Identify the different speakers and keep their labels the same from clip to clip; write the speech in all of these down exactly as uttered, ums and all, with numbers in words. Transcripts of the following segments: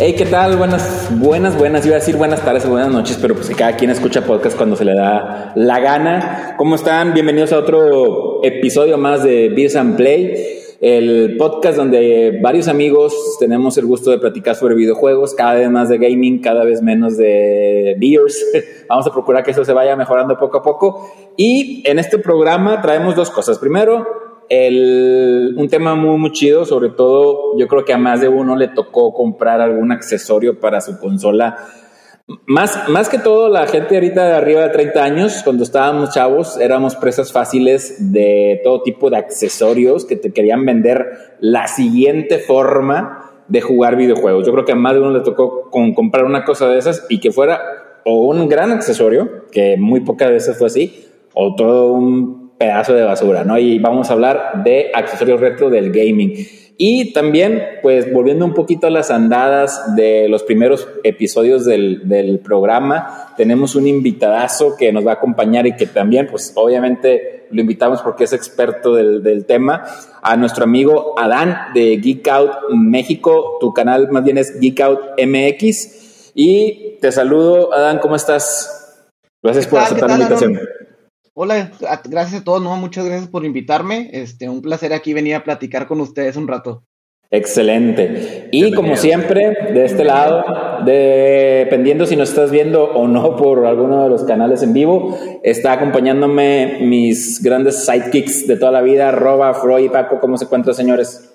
Speaker 1: Hey, ¿qué tal? Buenas, buenas, buenas. Iba a decir buenas tardes o buenas noches, pero pues cada quien escucha podcast cuando se le da la gana. ¿Cómo están? Bienvenidos a otro episodio más de Beers and Play, el podcast donde varios amigos tenemos el gusto de platicar sobre videojuegos, cada vez más de gaming, cada vez menos de beers. Vamos a procurar que eso se vaya mejorando poco a poco. Y en este programa traemos dos cosas. Primero, El, un tema muy, muy chido, sobre todo yo creo que a más de uno le tocó comprar algún accesorio para su consola. Más, más que todo la gente ahorita de arriba de treinta años, cuando estábamos chavos, éramos presas fáciles de todo tipo de accesorios que te querían vender la siguiente forma de jugar videojuegos. Yo creo que a más de uno le tocó con, comprar una cosa de esas y que fuera o un gran accesorio, que muy pocas veces fue así, o todo un pedazo de basura, ¿no? Y vamos a hablar de accesorios retro del gaming. Y también, pues, volviendo un poquito a las andadas de los primeros episodios del, del programa, tenemos un invitadazo que nos va a acompañar y que también, pues, obviamente lo invitamos porque es experto del, del tema, a nuestro amigo Adán de Geek Out México. Tu canal más bien es Geek Out M X. Y te saludo, Adán, ¿cómo estás? Gracias por aceptar la invitación. Aaron?
Speaker 2: Hola, gracias a todos, no, muchas gracias por invitarme. Este, un placer aquí venir a platicar con ustedes un rato.
Speaker 1: Excelente. Y bienvenido. Como siempre, de este lado, de, dependiendo si nos estás viendo o no por alguno de los canales en vivo, está acompañándome mis grandes sidekicks de toda la vida, Roba, Froy y Paco. ¿Cómo se encuentran, señores?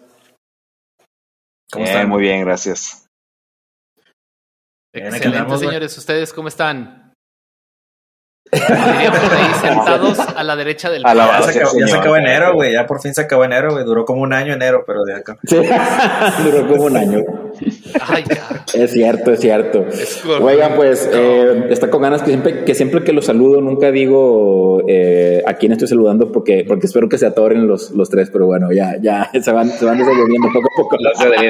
Speaker 3: ¿Cómo están? Eh, muy bien, gracias.
Speaker 4: Excelente, señores. ¿Ustedes cómo están? Diríamos ahí sentados a la derecha del
Speaker 3: a la
Speaker 5: ya, se acabó, ya se acabó enero, güey. Ya por fin se acabó enero, güey. Duró como un año enero, pero de acá.
Speaker 1: Sí, duró como un año.
Speaker 4: Ay, ya.
Speaker 1: Es cierto, es cierto. Es Oigan, pues, eh, está con ganas que siempre que siempre que los saludo, nunca digo eh, a quién estoy saludando porque, porque espero que se atoren los, los tres, pero bueno, ya, ya se van, se van desenvolviendo poco a poco.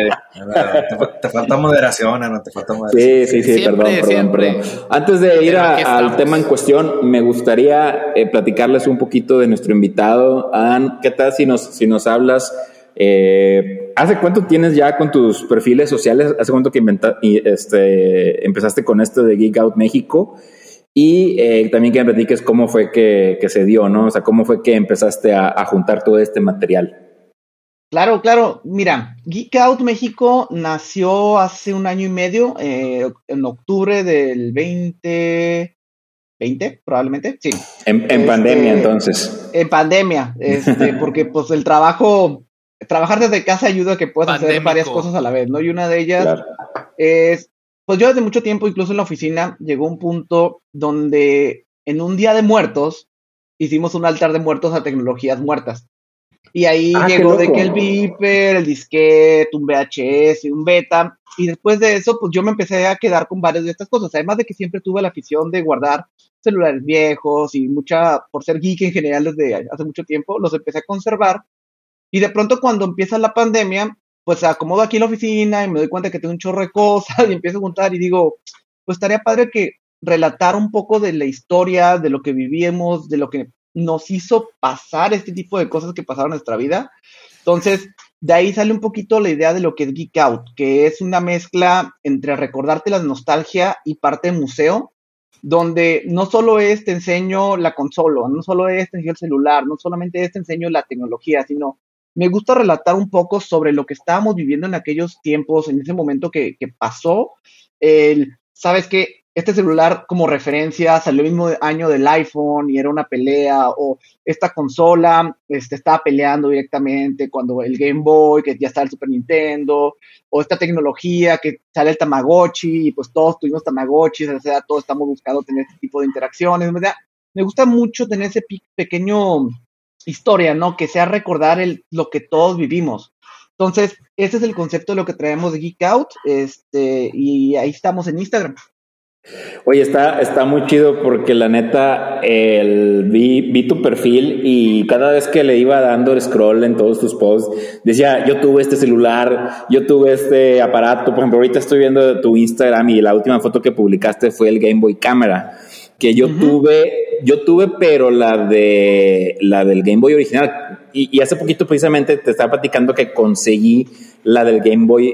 Speaker 5: te, te falta moderación, no te falta moderación.
Speaker 1: Sí, sí, sí, siempre, perdón, siempre. perdón, perdón. Antes de ir a, al tema en cuestión, me gustaría eh, platicarles un poquito de nuestro invitado. Adán, ¿qué tal si nos, si nos hablas? Eh, ¿Hace cuánto tienes ya con tus perfiles sociales? ¿Hace cuánto que inventa, y este, empezaste con esto de Geek Out México? Y eh, también que me platiques cómo fue que, que se dio, ¿no? O sea, cómo fue que empezaste a, a juntar todo este material.
Speaker 2: Claro, claro. Mira, Geek Out México nació hace un año y medio, eh, en octubre del veinte veinte, probablemente, sí.
Speaker 1: En, en este, pandemia, entonces.
Speaker 2: En pandemia, este, porque pues el trabajo, trabajar desde casa ayuda a que puedas Pandémico. hacer varias cosas a la vez, ¿no? Y una de ellas claro. es, pues yo desde mucho tiempo, incluso en la oficina, llegó un punto donde en un día de muertos hicimos un altar de muertos a tecnologías muertas. Y ahí ah, llegó de que el Viper, el disquete, un V H S, un beta, y después de eso, pues yo me empecé a quedar con varias de estas cosas, además de que siempre tuve la afición de guardar celulares viejos y mucha, por ser geek en general desde hace mucho tiempo, los empecé a conservar, y de pronto cuando empieza la pandemia, pues acomodo aquí en la oficina y me doy cuenta que tengo un chorro de cosas y empiezo a juntar y digo, pues estaría padre que relatar un poco de la historia, de lo que vivíamos, de lo que nos hizo pasar este tipo de cosas que pasaron en nuestra vida. Entonces, de ahí sale un poquito la idea de lo que es Geek Out, que es una mezcla entre recordarte la nostalgia y parte de museo, donde no solo es te enseño la consola, no solo es te enseño el celular, no solamente es te enseño la tecnología, sino me gusta relatar un poco sobre lo que estábamos viviendo en aquellos tiempos, en ese momento que, que pasó. El, ¿sabes qué? Este celular como referencia salió el mismo año del iPhone y era una pelea, o esta consola este, estaba peleando directamente cuando el Game Boy, que ya está el Super Nintendo, o esta tecnología que sale el Tamagotchi y pues todos tuvimos Tamagotchis, o sea, todos estamos buscando tener este tipo de interacciones. O sea, me gusta mucho tener ese pequeño historia, ¿no? Que sea recordar el, lo que todos vivimos. Entonces, ese es el concepto de lo que traemos de Geek Out, este, y ahí estamos en Instagram.
Speaker 1: Oye, está, está muy chido porque la neta el, vi, vi tu perfil y cada vez que le iba dando el scroll en todos tus posts decía, yo tuve este celular, yo tuve este aparato. Por ejemplo, ahorita estoy viendo tu Instagram y la última foto que publicaste fue el Game Boy Camera, que yo uh-huh. tuve, yo tuve pero la de la del Game Boy original y, y hace poquito precisamente te estaba platicando que conseguí la del Game Boy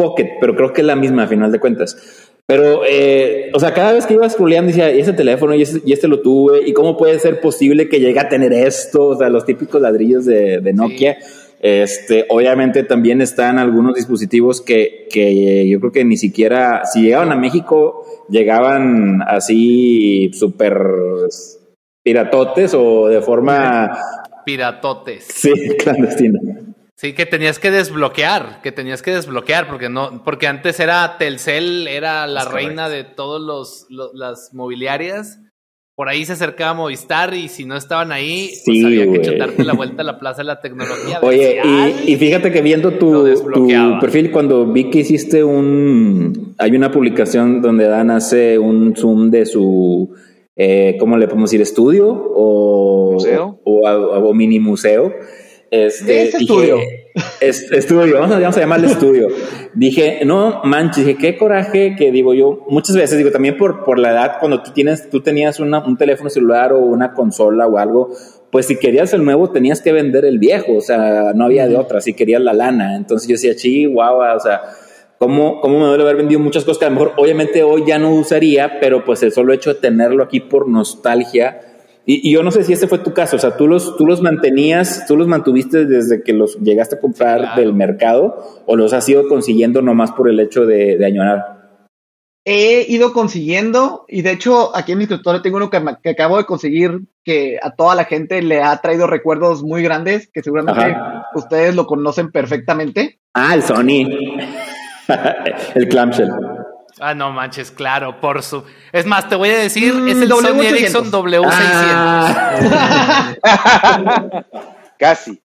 Speaker 1: Pocket, pero creo que es la misma a final de cuentas. Pero, eh, o sea, cada vez que iba scrolleando decía, y ese teléfono, y, ese, y este lo tuve, y cómo puede ser posible que llegue a tener esto, o sea, los típicos ladrillos de, de Nokia. Sí. Este, obviamente también están algunos dispositivos que, que yo creo que ni siquiera, si llegaban a México, llegaban así súper piratotes o de forma...
Speaker 4: Piratotes.
Speaker 1: Sí, clandestina.
Speaker 4: Sí, que tenías que desbloquear, que tenías que desbloquear, porque no, porque antes era Telcel, era la es reina correcto. De todos los, los las mobiliarias. Por ahí se acercaba Movistar y si no estaban ahí, sí, pues había wey. que chutarte la vuelta a la Plaza de la Tecnología.
Speaker 1: Oye, y, y fíjate que viendo tu, tu perfil, cuando vi que hiciste un... Hay una publicación donde Dan hace un zoom de su... Eh, ¿Cómo le podemos decir? ¿Estudio? O,
Speaker 2: ¿Museo?
Speaker 1: O, o, o mini museo. Este,
Speaker 2: es estudio.
Speaker 1: Dije, es, estudio, vamos a, vamos a llamarle estudio. Dije, no manches, dije, qué coraje que digo yo, muchas veces digo también por, por la edad, cuando tú tienes, tú tenías una, un teléfono celular o una consola o algo, pues si querías el nuevo tenías que vender el viejo, o sea, no había de otra, si querías la lana. Entonces yo decía, chihuahua, o sea, ¿cómo, cómo me duele haber vendido muchas cosas que a lo mejor obviamente hoy ya no usaría, pero pues el solo hecho de tenerlo aquí por nostalgia. Y, y yo no sé si ese fue tu caso, o sea, tú los, tú los mantenías, tú los mantuviste desde que los llegaste a comprar sí, claro. del mercado, o los has ido consiguiendo nomás por el hecho de, de añorar.
Speaker 2: He ido consiguiendo, y de hecho aquí en mi escritorio tengo uno que, que acabo de conseguir, que a toda la gente le ha traído recuerdos muy grandes, que seguramente Ajá. ustedes lo conocen perfectamente.
Speaker 1: Ah, el Sony, el clamshell.
Speaker 4: Ah, no manches, claro, por su... Es más, te voy a decir, mm, es el Sony Ericsson W seiscientos.
Speaker 3: Ah. Casi.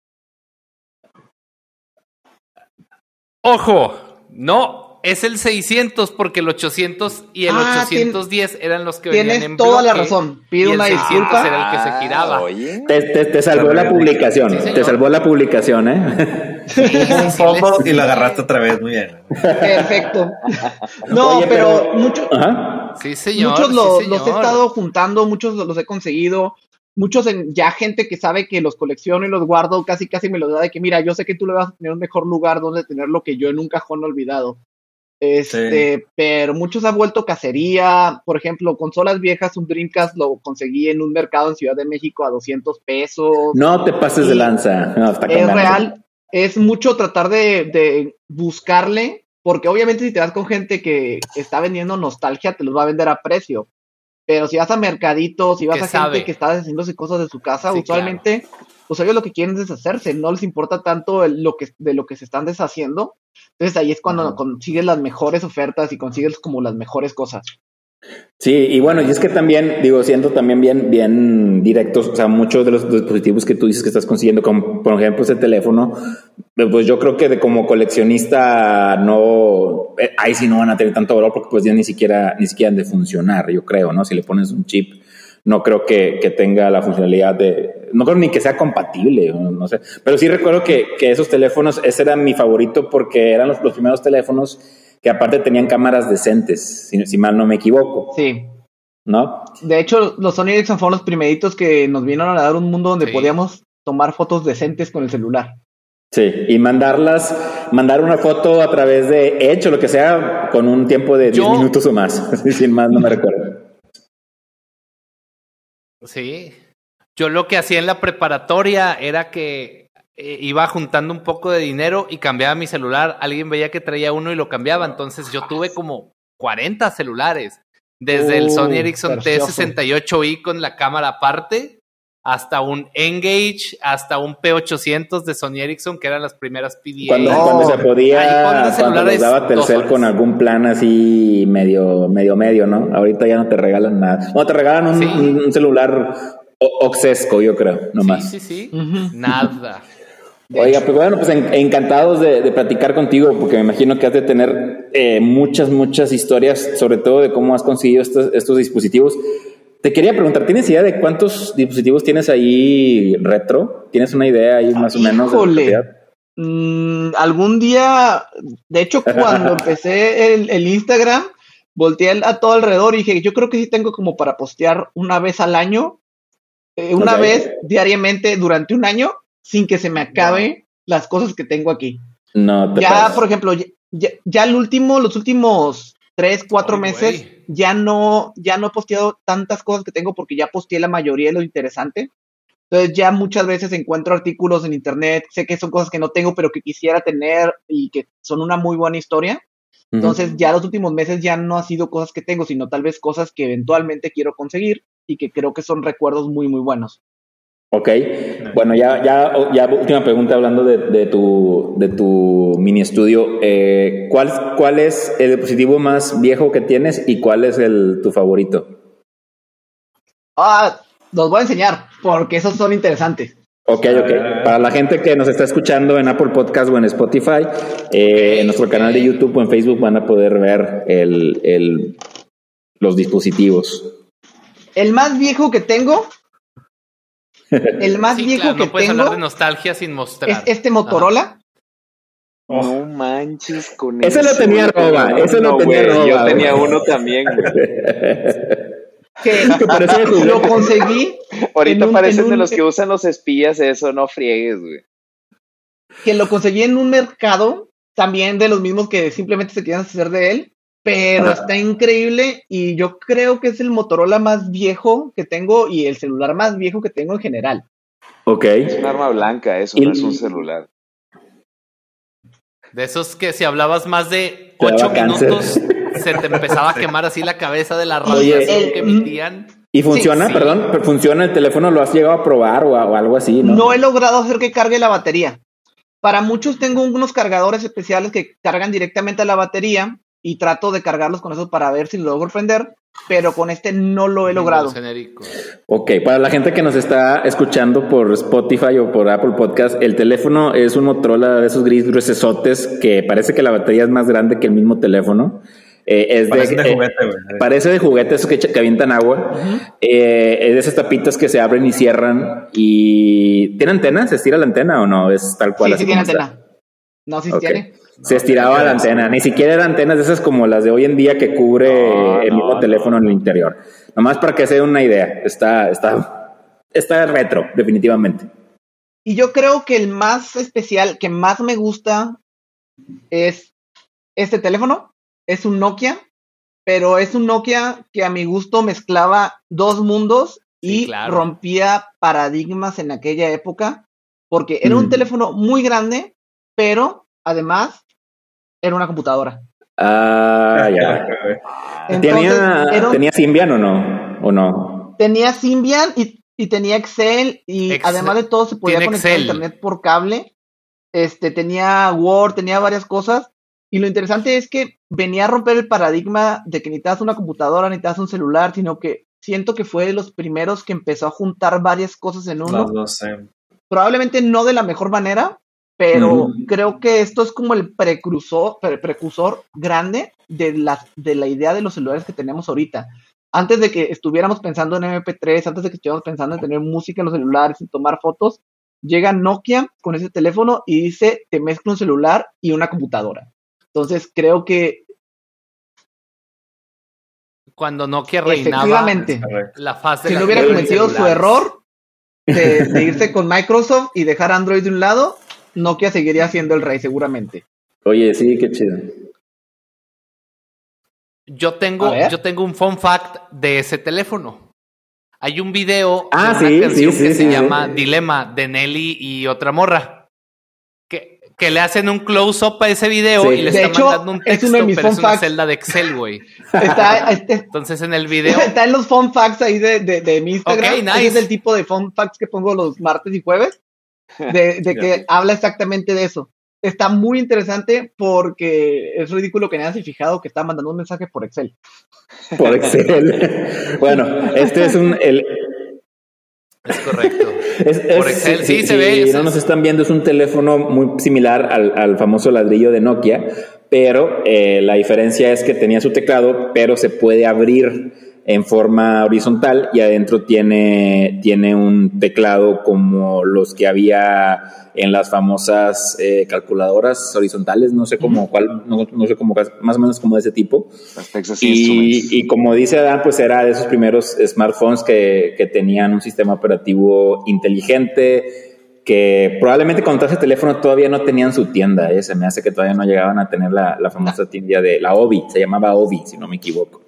Speaker 4: Ojo, no, es el seiscientos porque el ochocientos y el ah, ochocientos diez eran los que venían en bloque.
Speaker 2: Tienes toda la razón, pido una disculpa.
Speaker 4: Era el que se giraba.
Speaker 1: Oye. Te, te, te salvó la publicación, sí, te salvó la publicación, ¿eh?
Speaker 5: Sí, sí, sí, y lo agarraste otra vez, muy bien.
Speaker 2: Perfecto. No, Oye, pero, pero muchos,
Speaker 4: sí, señor,
Speaker 2: muchos lo,
Speaker 4: sí, señor.
Speaker 2: los he estado juntando, muchos los he conseguido, muchos en, ya gente que sabe que los colecciono y los guardo, casi casi me los da de que mira, yo sé que tú le vas a tener un mejor lugar donde tenerlo que yo en un cajón olvidado. Este, sí. Pero muchos han vuelto cacería, por ejemplo, consolas viejas, un Dreamcast lo conseguí en un mercado en Ciudad de México a doscientos pesos.
Speaker 1: No te pases de lanza. No, está
Speaker 2: es real. Es mucho tratar de, de buscarle, porque obviamente si te vas con gente que está vendiendo nostalgia, te los va a vender a precio. Pero si vas a mercaditos, si vas a sabe? gente que está haciéndose cosas de su casa, sí, usualmente, claro. pues ellos lo que quieren es deshacerse, no les importa tanto el, lo que, de lo que se están deshaciendo. Entonces ahí es cuando uh-huh. consigues las mejores ofertas y consigues como las mejores cosas.
Speaker 1: Sí, y bueno, y es que también, digo, siendo también bien, bien directos, o sea, muchos de los dispositivos que tú dices que estás consiguiendo, como por ejemplo ese teléfono, pues yo creo que de como coleccionista no, eh, ahí sí no van a tener tanto valor porque pues ya ni siquiera, ni siquiera han de funcionar, yo creo, ¿no? Si le pones un chip, no creo que, que tenga la funcionalidad de, no creo ni que sea compatible, no, no sé, pero sí recuerdo que, que esos teléfonos, ese era mi favorito porque eran los, los primeros teléfonos que aparte tenían cámaras decentes, si, si mal no me equivoco.
Speaker 2: Sí.
Speaker 1: ¿No?
Speaker 2: De hecho, los Sony Ericsson fueron los primeritos que nos vinieron a dar un mundo donde sí. podíamos tomar fotos decentes con el celular.
Speaker 1: Sí, y mandarlas, mandar una foto a través de Edge o lo que sea, con un tiempo de diez minutos o más, sin más no me recuerdo.
Speaker 4: Sí. Yo lo que hacía en la preparatoria era que Eh, iba juntando un poco de dinero y cambiaba mi celular. Alguien veía que traía uno y lo cambiaba. Entonces yo tuve como cuarenta celulares. Desde uh, el Sony Ericsson T sesenta y ocho i con la cámara aparte, hasta un N-Gage, hasta un P ochocientos de Sony Ericsson, que eran las primeras P D A.
Speaker 1: Cuando, oh, cuando se podía, cuando les daba Telcel con algún plan así medio, medio, medio, ¿no? Ahorita ya no te regalan nada. No, te regalan un, sí. un, un celular oxesco, yo creo, nomás.
Speaker 4: Sí, sí, sí. Uh-huh. Nada.
Speaker 1: Oiga, pues bueno, pues en, encantados de, de platicar contigo, porque me imagino que has de tener eh, muchas, muchas historias, sobre todo de cómo has conseguido estos, estos dispositivos. Te quería preguntar, ¿tienes idea de cuántos dispositivos tienes ahí retro? ¿Tienes una idea ahí más o menos?
Speaker 2: Híjole, mm, algún día, de hecho cuando empecé el, el Instagram, volteé a todo alrededor y dije, yo creo que sí tengo como para postear una vez al año, eh, una okay. vez diariamente durante un año, sin que se me acabe no. las cosas que tengo aquí.
Speaker 1: No te
Speaker 2: ya,
Speaker 1: pases.
Speaker 2: Por ejemplo, ya, ya el último, los últimos tres, cuatro Ay, meses, güey. ya no, ya no he posteado tantas cosas que tengo porque ya posteé la mayoría de lo interesante. Entonces ya muchas veces encuentro artículos en internet, sé que son cosas que no tengo pero que quisiera tener y que son una muy buena historia. Entonces uh-huh. ya los últimos meses ya no ha sido cosas que tengo, sino tal vez cosas que eventualmente quiero conseguir y que creo que son recuerdos muy, muy buenos.
Speaker 1: Ok, bueno, ya, ya, ya última pregunta hablando de, de, tu, de tu mini estudio. Eh, ¿cuál, ¿Cuál es el dispositivo más viejo que tienes y cuál es el tu favorito?
Speaker 2: Ah, los voy a enseñar porque esos son interesantes.
Speaker 1: Ok, ok. Para la gente que nos está escuchando en Apple Podcast o en Spotify, eh, en nuestro canal de YouTube o en Facebook van a poder ver el, el, los dispositivos.
Speaker 2: El más viejo que tengo, el más
Speaker 4: sí,
Speaker 2: viejo
Speaker 4: claro,
Speaker 2: que
Speaker 4: no puedes
Speaker 2: tengo
Speaker 4: hablar de nostalgia sin mostrar.
Speaker 2: Es este Motorola.
Speaker 3: Oh. No manches con
Speaker 1: ese. Ese lo tenía Roba, no, ese lo no, tenía Roba.
Speaker 3: Yo tenía uno también, güey.
Speaker 2: Que lo conseguí.
Speaker 3: Ahorita un, parecen un, de los que usan los espías, eso, no friegues, güey.
Speaker 2: Que lo conseguí en un mercado, también de los mismos que simplemente se quieren hacer de él, pero está increíble y yo creo que es el Motorola más viejo que tengo y el celular más viejo que tengo en general.
Speaker 1: Ok.
Speaker 3: Es un arma blanca, eso, y... no es un celular.
Speaker 4: De esos que si hablabas más de ocho minutos se te empezaba a quemar así la cabeza de la radiación el, que emitían.
Speaker 1: ¿Y funciona? Sí, sí. Perdón, ¿funciona el teléfono? ¿Lo has llegado a probar o, o algo así? ¿no?
Speaker 2: No he logrado hacer que cargue la batería. Para muchos tengo unos cargadores especiales que cargan directamente a la batería y trato de cargarlos con eso para ver si lo logro prender, pero con este no lo he logrado.
Speaker 1: Ok, para la gente que nos está escuchando por Spotify o por Apple Podcast, el teléfono es un Motorola de esos gris gruesotes que parece que la batería es más grande que el mismo teléfono. Eh, es
Speaker 5: parece
Speaker 1: de,
Speaker 5: de
Speaker 1: eh,
Speaker 5: juguete, güey.
Speaker 1: Parece de juguete, esos que, que avientan agua. Uh-huh. eh, es de esas tapitas que se abren y cierran. ¿Y tiene antena? ¿Se estira la antena o no? Es tal cual.
Speaker 2: Sí,
Speaker 1: así
Speaker 2: sí tiene
Speaker 1: está.
Speaker 2: antena. No, sí, sí okay. tiene.
Speaker 1: Se no, estiraba la antena, ni siquiera eran antenas de esas como las de hoy en día que cubre no, el mismo no, teléfono no. en el interior. Nomás para que se den una idea, está, está, está retro, definitivamente.
Speaker 2: Y yo creo que el más especial, que más me gusta, es este teléfono. Es un Nokia, pero es un Nokia que a mi gusto mezclaba dos mundos y sí, claro. rompía paradigmas en aquella época, porque era mm. un teléfono muy grande, pero además era una computadora.
Speaker 1: Ah, ya. Entonces, ¿Tenía, un, ¿Tenía Symbian o no? ¿O no?
Speaker 2: Tenía Symbian y, y tenía Excel y Excel. Además de todo se podía conectar Excel. a internet por cable. Este, tenía Word, tenía varias cosas. Y lo interesante es que venía a romper el paradigma de que necesitas una computadora, necesitas un celular, sino que siento que fue de los primeros que empezó a juntar varias cosas en uno.
Speaker 5: No, no sé.
Speaker 2: Probablemente no de la mejor manera, pero mm. creo que esto es como el precursor, pre- precursor grande de la, de la idea de los celulares que tenemos ahorita. Antes de que estuviéramos pensando en eme pe tres, antes de que estuviéramos pensando en tener música en los celulares y tomar fotos, llega Nokia con ese teléfono y dice, te mezcla un celular y una computadora. Entonces creo que
Speaker 4: cuando Nokia reinaba la faz de
Speaker 2: si
Speaker 4: la
Speaker 2: no hubiera cometido su error de, de irse con Microsoft y dejar Android de un lado, Nokia seguiría siendo el rey seguramente.
Speaker 1: Oye, sí, qué chido.
Speaker 4: Yo tengo, yo tengo un fun fact de ese teléfono. Hay un video
Speaker 1: ah,
Speaker 4: de una
Speaker 1: sí,
Speaker 4: canción
Speaker 1: sí,
Speaker 4: que
Speaker 1: sí,
Speaker 4: se
Speaker 1: sí,
Speaker 4: llama
Speaker 1: sí.
Speaker 4: Dilema de Nelly y otra morra. Que, que le hacen un close-up a ese video sí. y le
Speaker 2: de
Speaker 4: están
Speaker 2: hecho,
Speaker 4: mandando un texto,
Speaker 2: es uno de mis
Speaker 4: pero es una
Speaker 2: facts.
Speaker 4: celda de Excel, güey.
Speaker 2: Está, este,
Speaker 4: Entonces en el video...
Speaker 2: Está en los fun facts ahí de, de, de mi Instagram.
Speaker 4: Okay, nice.
Speaker 2: Ese es el tipo de fun facts que pongo los martes y jueves. De, de que habla exactamente de eso. Está muy interesante porque es ridículo que nadie se haya fijado que está mandando un mensaje por Excel.
Speaker 1: Por Excel. Bueno, este es un... El...
Speaker 4: Es correcto.
Speaker 1: Es, es,
Speaker 4: por Excel, sí,
Speaker 1: sí
Speaker 4: se ve.
Speaker 1: Si no nos están viendo, es un teléfono muy similar al, al famoso ladrillo de Nokia, pero eh, la diferencia es que tenía su teclado, pero se puede abrir en forma horizontal y adentro tiene, tiene un teclado como los que había en las famosas eh, calculadoras horizontales, no sé cómo, cuál, no, no sé cómo, más o menos como de ese tipo. Y, y como dice Adán, pues era de esos primeros smartphones que, que tenían un sistema operativo inteligente, que probablemente cuando traje ese teléfono todavía no tenían su tienda, ¿eh? Se me hace que todavía no llegaban a tener la, la famosa tienda de la Obi, se llamaba Obi, si no me equivoco.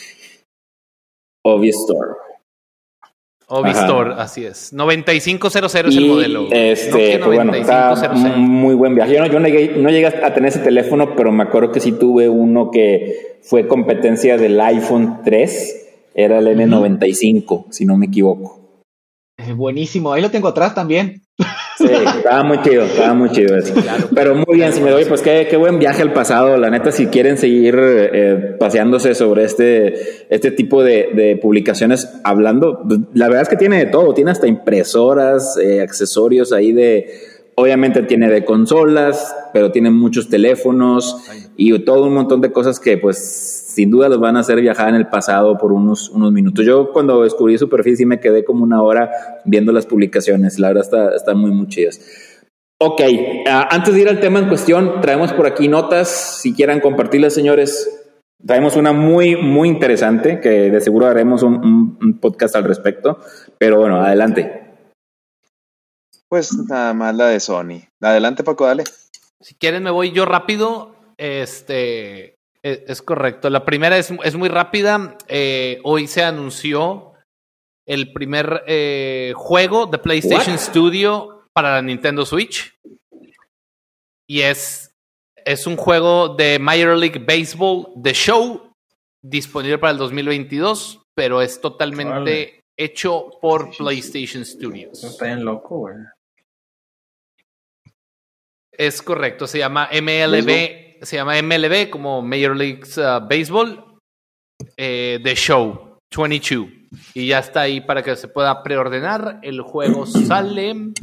Speaker 1: Obi Store.
Speaker 4: Obi
Speaker 1: Ajá.
Speaker 4: Store, así es. noventa y cinco cero cero es
Speaker 1: y
Speaker 4: el modelo.
Speaker 1: Este, pues bueno, está un muy buen viaje. Yo, no, yo no, llegué, no llegué a tener ese teléfono, pero me acuerdo que sí tuve uno que fue competencia del iPhone tres, era el ene noventa y cinco, uh-huh. si no me equivoco.
Speaker 2: Eh, buenísimo, ahí lo tengo atrás también.
Speaker 1: Sí, estaba muy chido, estaba muy chido eso. Claro, pero muy bien, señor. Oye, pues qué, qué buen viaje al pasado. La neta, si quieren seguir eh, paseándose sobre este, este tipo de, de publicaciones, hablando, la verdad es que tiene de todo. Tiene hasta impresoras, eh, accesorios ahí de, obviamente tiene de consolas, pero tiene muchos teléfonos y todo un montón de cosas que pues sin duda los van a hacer viajar en el pasado por unos, unos minutos. Yo cuando descubrí su perfil sí me quedé como una hora viendo las publicaciones. La verdad está, están muy, muy chidas. Ok, uh, antes de ir al tema en cuestión, traemos por aquí notas, si quieran compartirlas, señores. Traemos una muy, muy interesante, que de seguro haremos un, un, un podcast al respecto, pero bueno, adelante.
Speaker 3: Pues nada más la de Sony. Adelante, Paco, dale.
Speaker 4: Si quieren me voy yo rápido. Este... Es correcto. La primera es, es muy rápida. Eh, hoy se anunció el primer eh, juego de PlayStation What? Studio para la Nintendo Switch. Y es, es un juego de Major League Baseball, The Show, disponible para el dos mil veintidós, pero es totalmente vale. hecho por PlayStation Studios.
Speaker 5: Está bien loco, güey.
Speaker 4: Es correcto. Se llama M L B. ¿Baseball? Se llama M L B, como Major League uh, Baseball, eh, The Show veintidós. Y ya está ahí para que se pueda preordenar. El juego sale.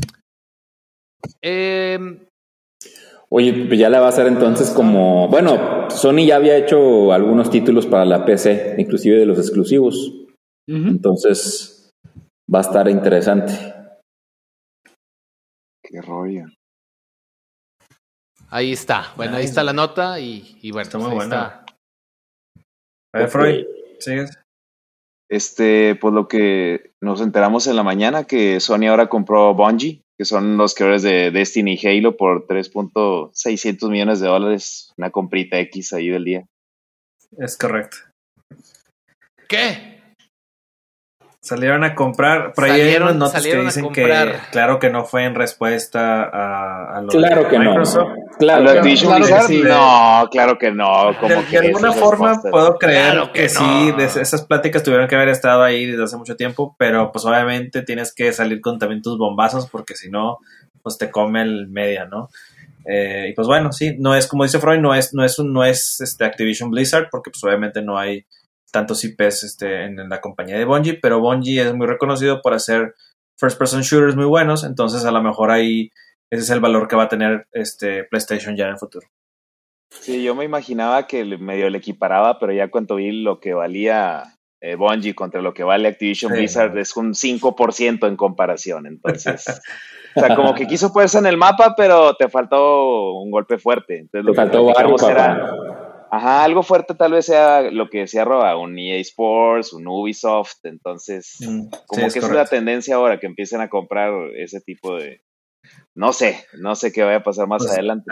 Speaker 4: Eh,
Speaker 1: Oye, pues ya la va a hacer entonces como... Bueno, Sony ya había hecho algunos títulos para la P C, inclusive de los exclusivos. Uh-huh. Entonces va a estar interesante.
Speaker 3: Qué rollo.
Speaker 4: Ahí está, bueno, ahí está la nota y, y bueno,
Speaker 5: está muy
Speaker 4: ahí
Speaker 5: buena. Está. A ver, Freud, ¿sigues?
Speaker 3: Este, pues lo que nos enteramos en la mañana, que Sony ahora compró Bungie, que son los creadores de Destiny y Halo, por tres punto seiscientos millones de dólares, una comprita X ahí del día.
Speaker 5: Es correcto.
Speaker 4: ¿Qué?
Speaker 5: Salieron a comprar, por ahí hay unas notas que dicen que claro que no fue en respuesta a, a lo
Speaker 1: claro
Speaker 5: de
Speaker 1: que
Speaker 5: Microsoft.
Speaker 1: No. Claro,
Speaker 3: ¿A lo
Speaker 1: que
Speaker 3: Activision
Speaker 1: no.
Speaker 3: Blizzard? Sí. No, claro que no.
Speaker 5: De, de alguna forma puedo creer
Speaker 4: claro que,
Speaker 5: que
Speaker 4: no.
Speaker 5: sí, de esas pláticas tuvieron que haber estado ahí desde hace mucho tiempo, pero pues obviamente tienes que salir con también tus bombazos porque si no, pues te come el media, ¿no? Eh, y pues bueno, sí, no es como dice Freud, no es, no es, un, no es este Activision Blizzard porque pues obviamente no hay tantos I Pes este, en, en la compañía de Bungie, pero Bungie es muy reconocido por hacer first person shooters muy buenos, entonces a lo mejor ahí ese es el valor que va a tener este PlayStation ya en el futuro.
Speaker 3: Sí, yo me imaginaba que medio le equiparaba, pero ya cuando vi lo que valía eh, Bungie contra lo que vale Activision sí. Blizzard es un cinco por ciento en comparación, entonces o sea, como que quiso ponerse en el mapa, pero te faltó un golpe fuerte. Entonces, lo
Speaker 1: te
Speaker 3: que
Speaker 1: faltó barro,
Speaker 3: era Ajá, algo fuerte tal vez sea lo que decía Roa, un E A Sports, un Ubisoft, entonces mm, como sí, es que correcto. Es una tendencia ahora que empiecen a comprar ese tipo de... No sé, no sé qué vaya a pasar más pues, adelante.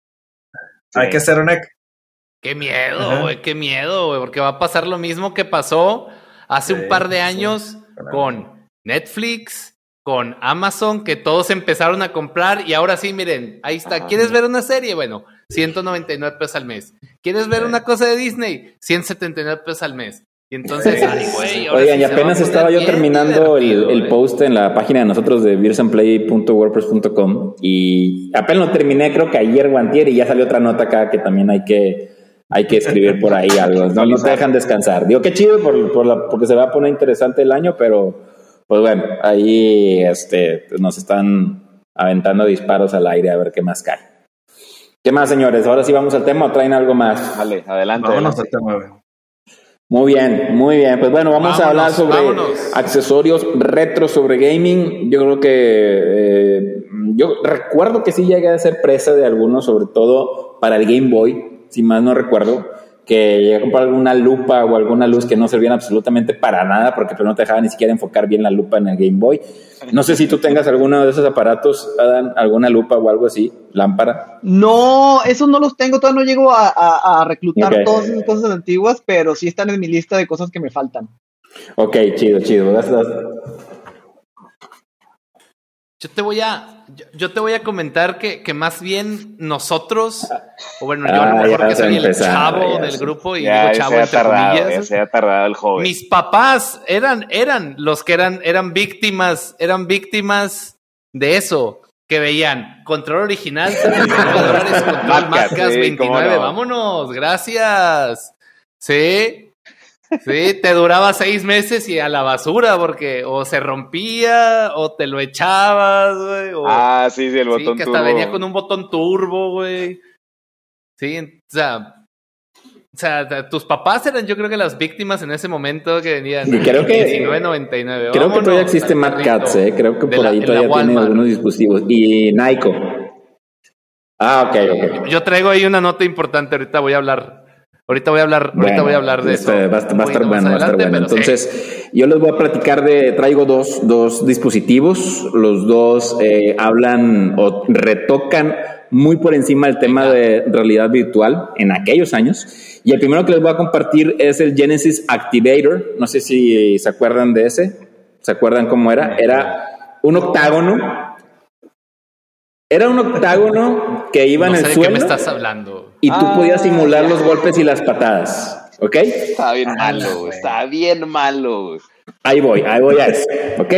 Speaker 5: Hay sí. que hacer una...
Speaker 4: Qué miedo, güey, qué miedo, güey, porque va a pasar lo mismo que pasó hace sí, un par de años sí, claro. con Netflix, con Amazon, que todos empezaron a comprar y ahora sí, miren, ahí está. Ajá. ¿Quieres ver una serie? Bueno, ciento noventa y nueve pesos al mes. ¿Quieres ver sí. una cosa de Disney? ciento setenta y nueve pesos al mes. Y entonces, sí. ay, güey.
Speaker 1: Oigan, sí y apenas estaba yo terminando el, el post en la página de nosotros de beers and play punto wordpress punto com y apenas lo terminé, creo que ayer o antier, y ya salió otra nota acá que también hay que, hay que escribir por ahí algo. No, no te dejan descansar. Digo, qué chido por, por la, porque se va a poner interesante el año, pero pues bueno, ahí este, nos están aventando disparos al aire a ver qué más cae. ¿Qué más, señores? Ahora sí vamos al tema o traen algo más.
Speaker 3: Vale, adelante.
Speaker 5: Vámonos
Speaker 3: adelante.
Speaker 5: al tema.
Speaker 1: Muy bien, muy bien. Pues bueno, vamos
Speaker 4: vámonos,
Speaker 1: a hablar sobre
Speaker 4: vámonos.
Speaker 1: accesorios retro sobre gaming. Yo creo que eh, yo recuerdo que sí llegué a ser presa de algunos, sobre todo para el Game Boy, si más no recuerdo, que llegué a comprar alguna lupa o alguna luz que no servían absolutamente para nada porque pues, no te dejaba ni siquiera enfocar bien la lupa en el Game Boy. No sé si tú tengas alguno de esos aparatos, Adán, alguna lupa o algo así, lámpara.
Speaker 2: No, esos no los tengo, todavía no llego a, a, a reclutar okay. todas esas cosas antiguas, pero sí están en mi lista de cosas que me faltan.
Speaker 1: Ok, chido, chido. Das, das.
Speaker 4: Yo te voy a, yo, yo te voy a comentar que, que más bien nosotros, o bueno, yo
Speaker 1: ah,
Speaker 4: a lo mejor que soy
Speaker 1: empezar,
Speaker 4: el chavo
Speaker 1: ya,
Speaker 4: del
Speaker 1: sí.
Speaker 4: grupo y
Speaker 3: ya,
Speaker 4: digo chavo
Speaker 3: ya
Speaker 4: entre
Speaker 3: tardado,
Speaker 4: comillas.
Speaker 3: Ya se ha tardado el joven.
Speaker 4: Mis papás eran, eran los que eran, eran víctimas, eran víctimas de eso, que veían control original, setenta y nueve dólares, control Madcast
Speaker 3: sí,
Speaker 4: veintinueve,
Speaker 3: no.
Speaker 4: vámonos, gracias. Sí. Sí, te duraba seis meses y a la basura porque o se rompía o te lo echabas, güey. O,
Speaker 3: ah, sí, sí, el botón turbo.
Speaker 4: Sí, que hasta turbo. Venía con un botón turbo, güey. Sí, o sea, o sea, tus papás eran yo creo que las víctimas en ese momento que venían.
Speaker 1: Y creo que
Speaker 4: diecinueve noventa y nueve.
Speaker 1: Creo Vámonos, que todavía existe Mad Cats, eh. Creo que por la, ahí todavía tienen algunos dispositivos. Y Naiko. Ah, ok, ok.
Speaker 4: Yo traigo ahí una nota importante, ahorita voy a hablar. Ahorita voy a hablar, ahorita
Speaker 1: bueno,
Speaker 4: voy a hablar de
Speaker 1: este,
Speaker 4: eso.
Speaker 1: Va, va a estar bueno, va a estar bueno. Entonces, sí. Yo les voy a platicar de, traigo dos, dos dispositivos, los dos eh, hablan o retocan muy por encima el tema de realidad virtual en aquellos años. Y el primero que les voy a compartir es el Genesis Activator. No sé si se acuerdan de ese. ¿Se acuerdan cómo era? Era un octágono. Era un octágono que iba
Speaker 4: no
Speaker 1: en el
Speaker 4: sé
Speaker 1: suelo.
Speaker 4: ¿De qué me estás hablando?
Speaker 1: Y tú
Speaker 3: ah,
Speaker 1: podías simular
Speaker 3: ya.
Speaker 1: los golpes y las patadas, ¿ok?
Speaker 3: Estaba bien malo, güey. Estaba bien malo, güey.
Speaker 1: Ahí voy, ahí voy a eso, ¿ok?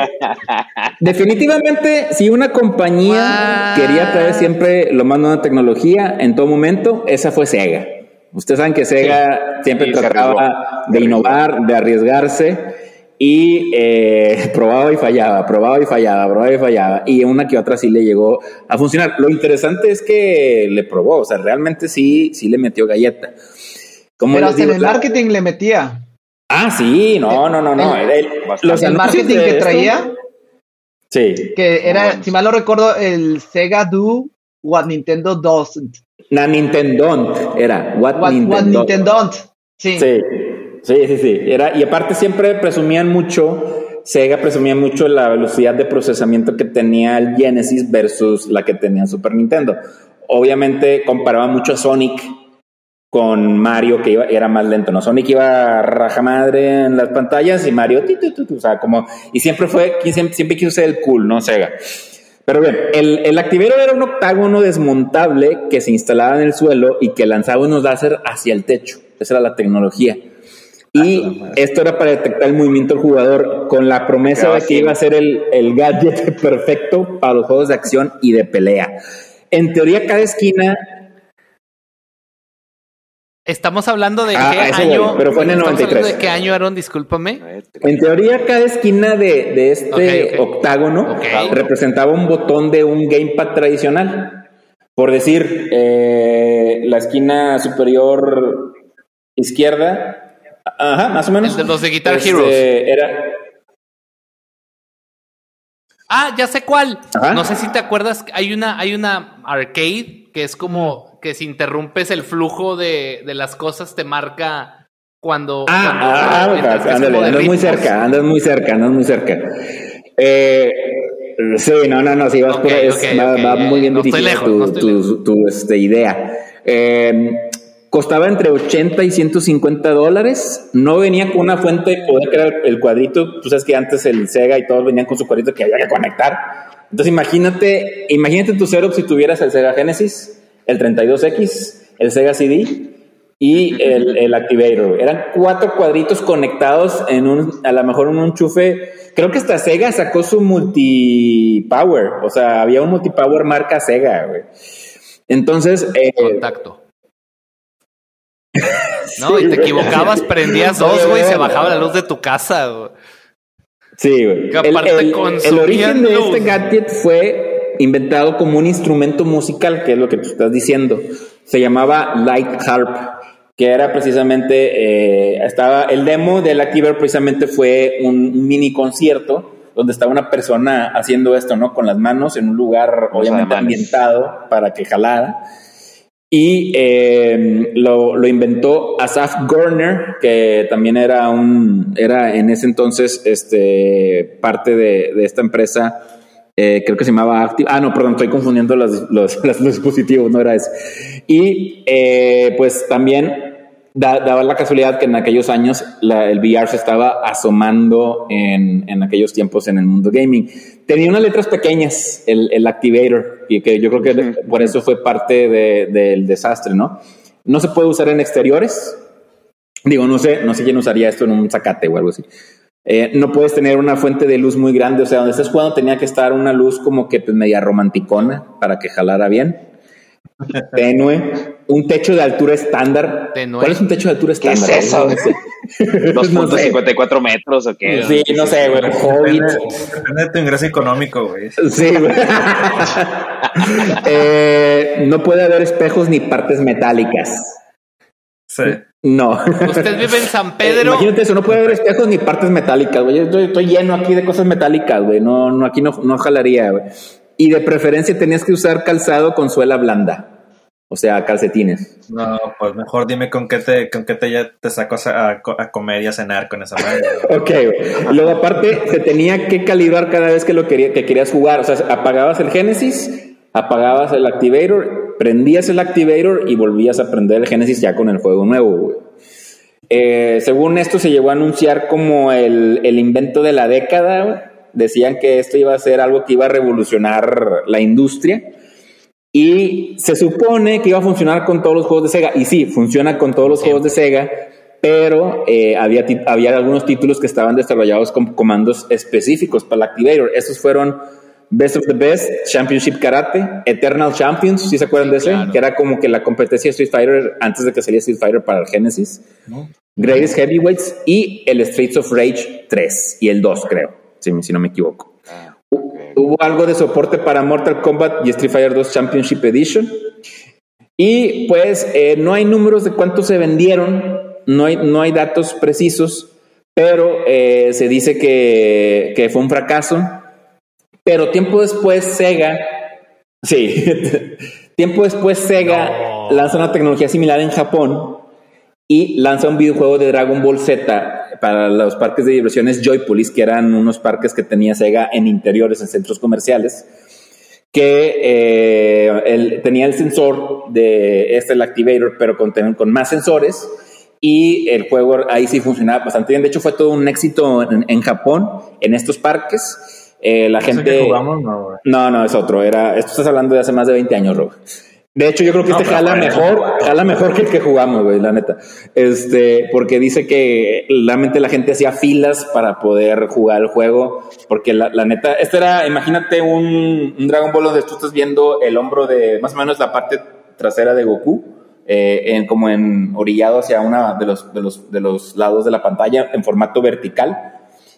Speaker 1: Definitivamente, si una compañía wow. quería traer siempre lo más nueva tecnología en todo momento, esa fue Sega. Ustedes saben que Sega sí. siempre sí, trataba de innovar, de arriesgarse. Y eh, probaba y fallaba, probaba y fallaba, probaba y fallaba. Y una que otra sí le llegó a funcionar. Lo interesante es que le probó, o sea, realmente sí, sí le metió galleta.
Speaker 2: Como Pero hasta digo, en el marketing la... le metía.
Speaker 1: Ah, sí, no, no, no, no.
Speaker 2: El, el, los el marketing que esto, traía.
Speaker 1: Sí.
Speaker 2: Que era, bueno. si mal no recuerdo, el Sega Do What Nintendo Doesn't.
Speaker 1: La Nintendo era. What,
Speaker 2: what Nintendo. What Nintendo. Sí.
Speaker 1: Sí. Sí, sí, sí. Era, y aparte siempre presumían mucho, Sega presumía mucho la velocidad de procesamiento que tenía el Genesis versus la que tenía Super Nintendo. Obviamente comparaba mucho a Sonic con Mario, que iba, era más lento, ¿no? Sonic iba a rajamadre en las pantallas y Mario, tu, tu, tu, tu, o sea, como, y siempre fue, siempre, siempre quiso ser el cool, ¿no? Sega. Pero bien, el, el Activator era un octágono desmontable que se instalaba en el suelo y que lanzaba unos láser hacia el techo. Esa era la tecnología. Y esto era para detectar el movimiento del jugador con la promesa de que iba a ser el, el gadget perfecto para los juegos de acción y de pelea. En teoría, cada esquina...
Speaker 4: Estamos hablando de
Speaker 1: ah,
Speaker 4: qué año...
Speaker 1: Voy, pero fue en el noventa y tres.
Speaker 4: ¿De qué año, Aaron? Discúlpame.
Speaker 1: En teoría, cada esquina de, de este okay, okay. octágono okay. representaba un botón de un gamepad tradicional. Por decir, eh, la esquina superior izquierda... Ajá, más o menos.
Speaker 4: El de los de Guitar
Speaker 1: este,
Speaker 4: Heroes.
Speaker 1: Era...
Speaker 4: Ah, ya sé cuál. Ajá. No sé si te acuerdas, hay una, hay una arcade que es como que si interrumpes el flujo de, de las cosas te marca cuando...
Speaker 1: Ah,
Speaker 4: cuando
Speaker 1: ah, ah ándale, andas ritmos. muy cerca, andas muy cerca, andas muy cerca. Eh, sí, no, no, no, si vas okay, por es, okay, va, okay, va muy bien
Speaker 4: no
Speaker 1: dirigida
Speaker 4: lejos,
Speaker 1: tu,
Speaker 4: no
Speaker 1: tu, tu este, idea. Eh, Costaba entre ochenta y ciento cincuenta dólares. No venía con una fuente de poder que era el cuadrito. Tú sabes que antes el Sega y todos venían con su cuadrito que había que conectar. Entonces imagínate, imagínate tu setup si tuvieras el Sega Genesis, el treinta y dos X, el Sega C D y el, el Activator. Eran cuatro cuadritos conectados en un, a lo mejor en un enchufe. Creo que hasta Sega sacó su multipower. O sea, había un multipower marca Sega, güey. Entonces... Eh,
Speaker 4: Contacto. No, sí, y te equivocabas, prendías dos, güey, y se bajaba la luz de tu casa, güey.
Speaker 1: Sí, güey.
Speaker 4: Que aparte
Speaker 1: el, el, el origen de
Speaker 4: luz.
Speaker 1: Este gadget fue inventado como un instrumento musical, que es lo que tú estás diciendo. Se llamaba Light Harp, que era precisamente, eh, estaba, el demo del Activator precisamente fue un mini concierto donde estaba una persona haciendo esto, ¿no? Con las manos en un lugar obviamente ambientado para que jalara. Y eh, lo, lo inventó Asaf Gorner, que también era un era en ese entonces este parte de, de esta empresa, eh, creo que se llamaba Active. Ah, no, perdón, estoy confundiendo los, los, los dispositivos, no era ese. Y eh, pues también da, daba la casualidad que en aquellos años la, el V R se estaba asomando en, en aquellos tiempos en el mundo gaming. Tenía unas letras pequeñas, el, el Activator, y que yo creo que uh-huh. por eso fue parte de, del desastre, ¿no? No se puede usar en exteriores. Digo, no sé, no sé quién usaría esto en un zacate o algo así. Eh, no puedes tener una fuente de luz muy grande, o sea, donde estés jugando tenía que estar una luz como que pues, media romanticona para que jalara bien. Tenue. Un techo de altura estándar. Tenue. ¿Cuál es un techo de altura estándar?
Speaker 3: ¿Qué es eso? ¿dos punto cincuenta y cuatro metros o qué?
Speaker 1: Sí, no sé, güey.
Speaker 5: Depende, depende de tu ingreso económico, güey.
Speaker 1: Sí, güey. eh, no puede haber espejos ni partes metálicas.
Speaker 5: Sí.
Speaker 1: No.
Speaker 4: Usted vive en San Pedro.
Speaker 1: Eh, imagínate eso, no puede haber espejos ni partes metálicas, güey. Estoy, estoy lleno aquí de cosas metálicas, güey. No, no, aquí no, no jalaría, güey. Y de preferencia tenías que usar calzado con suela blanda. O sea, calcetines.
Speaker 5: No, pues mejor dime con qué te, con qué te, ya te saco a, a, a comer y a cenar con esa madre.
Speaker 1: Ok, güey. Luego aparte se tenía que calibrar cada vez que lo quería, que querías jugar. O sea, apagabas el Genesis, apagabas el Activator, prendías el Activator y volvías a prender el Genesis ya con el juego nuevo, güey. Eh, según esto se llegó a anunciar como el, el invento de la década, güey. Decían que esto iba a ser algo que iba a revolucionar la industria. Y se supone que iba a funcionar con todos los juegos de Sega. Y sí, funciona con todos los sí. juegos de Sega, pero eh, había, t- había algunos títulos que estaban desarrollados con comandos específicos para el Activator. Estos fueron Best of the Best, Championship Karate, Eternal Champions, ¿sí se acuerdan sí, de ese? Claro. Que era como que la competencia de Street Fighter antes de que saliera Street Fighter para el Genesis. ¿No? Greatest Heavyweights y el Streets of Rage tres y el dos, creo, si, si no me equivoco. Hubo algo de soporte para Mortal Kombat y Street Fighter dos Championship Edition. Y pues eh, no hay números de cuántos se vendieron, no hay, no hay datos precisos, pero eh, se dice que, que fue un fracaso. Pero tiempo después Sega, sí, tiempo después Sega no. lanza una tecnología similar en Japón y lanza un videojuego de Dragon Ball Z para los parques de diversiones Joypolis, que eran unos parques que tenía Sega en interiores, en centros comerciales, que eh, él tenía el sensor de este, el Activator, pero con, con más sensores, y el juego ahí sí funcionaba bastante bien. De hecho, fue todo un éxito en, en Japón, en estos parques. Eh, la gente...
Speaker 5: que jugamos? No,
Speaker 1: no, no, es otro. Era, esto estás hablando de hace más de veinte años, Rob. De hecho, yo creo que no, este jala mejor, jala mejor que el que jugamos, güey, la neta. Este, porque dice que realmente la gente hacía filas para poder jugar el juego, porque la, la neta, este era, imagínate un, un Dragon Ball donde tú estás viendo el hombro de, más o menos la parte trasera de Goku, eh, en, como en orillado hacia una de los, de los, de los lados de la pantalla en formato vertical.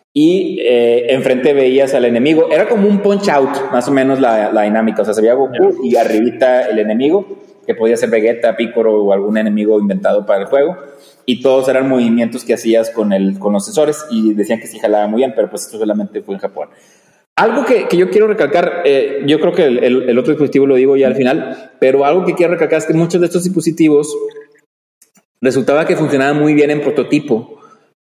Speaker 1: Y eh, enfrente veías al enemigo. Era como un punch out, más o menos la, la dinámica. O sea, se veía Goku y arribita el enemigo, que podía ser Vegeta, Piccolo o algún enemigo inventado para el juego. Y todos eran movimientos que hacías con, el, con los sensores. Y decían que sí jalaba muy bien, pero pues esto solamente fue en Japón. Algo que, que yo quiero recalcar, eh, yo creo que el, el, el otro dispositivo lo digo ya al final, pero algo que quiero recalcar es que muchos de estos dispositivos resultaba que funcionaban muy bien en prototipo.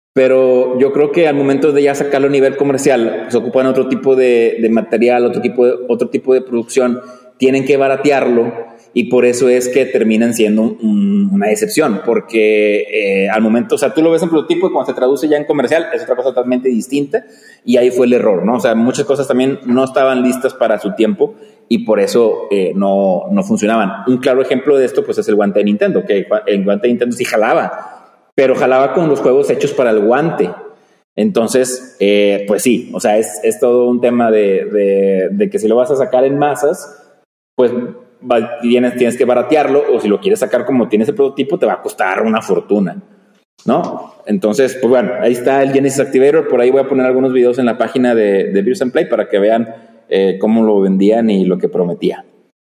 Speaker 1: Pero yo creo que al momento de ya sacarlo a nivel comercial, se ocupan otro tipo de, de material, otro tipo de, otro tipo de producción, tienen que baratearlo y por eso es que terminan siendo un, una excepción, porque eh, al momento, o sea, tú lo ves en prototipo y cuando se traduce ya en comercial es otra cosa totalmente distinta y ahí fue el error, ¿no? O sea, muchas cosas también no estaban listas para su tiempo y por eso eh, no, no funcionaban. Un claro ejemplo de esto pues es el guante de Nintendo, que el guante de Nintendo sí jalaba, pero jalaba con los juegos hechos para el guante. Entonces, eh, pues sí, o sea, es, es todo un tema de, de, de que si lo vas a sacar en masas, pues tienes, tienes que baratearlo, o si lo quieres sacar como tienes el prototipo, te va a costar una fortuna, ¿no? Entonces, pues bueno, ahí está el Genesis Activator. Por ahí voy a poner algunos videos en la página de, de Beers and Play para que vean eh, cómo lo vendían y lo que prometía.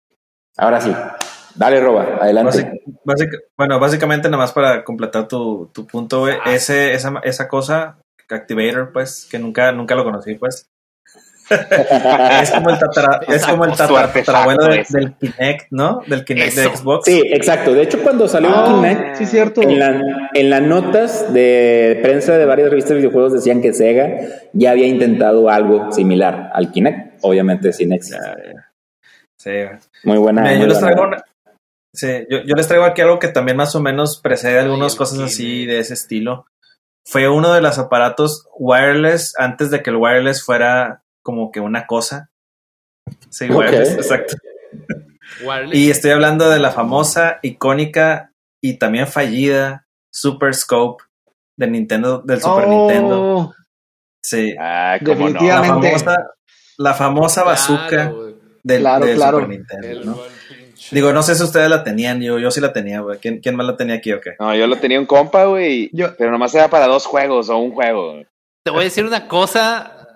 Speaker 1: Ahora sí. Dale, Roba, adelante.
Speaker 5: Básic, básic, bueno, básicamente nada más para completar tu, tu punto, güey, ese, esa, esa cosa, Activator, pues, que nunca, nunca lo conocí, pues, es como el tatara, es como el tatara, tatarabuelo de, del Kinect, ¿no? Del Kinect Eso. de Xbox.
Speaker 1: Sí, exacto. De hecho, cuando salió oh, el Kinect,
Speaker 2: sí, cierto.
Speaker 1: En, la, en las notas de prensa de varias revistas de videojuegos decían que Sega ya había intentado algo similar al Kinect, obviamente sin éxito.
Speaker 5: Sí.
Speaker 1: Muy buena.
Speaker 5: Mira,
Speaker 1: muy
Speaker 5: yo, les
Speaker 1: buena.
Speaker 5: traigo una, sí, yo, yo les traigo aquí algo que también más o menos precede algunas cosas así de ese estilo. Fue uno de los aparatos wireless antes de que el wireless fuera como que una cosa. Sí, okay. wireless, exacto. Wireless. Y estoy hablando de la famosa, icónica y también fallida Super Scope de Nintendo, del Super oh. Nintendo. Sí,
Speaker 3: ah, definitivamente.
Speaker 5: No. La famosa, la famosa bazooka claro, del,
Speaker 2: claro,
Speaker 5: del
Speaker 2: claro.
Speaker 5: Super Nintendo, el, ¿no? Digo, no sé si ustedes la tenían, yo, yo sí la tenía, güey. ¿Quién, ¿Quién más la tenía aquí o qué?
Speaker 3: No, yo lo tenía un compa, güey, pero nomás era para dos juegos o un juego.
Speaker 4: Te voy a decir una cosa.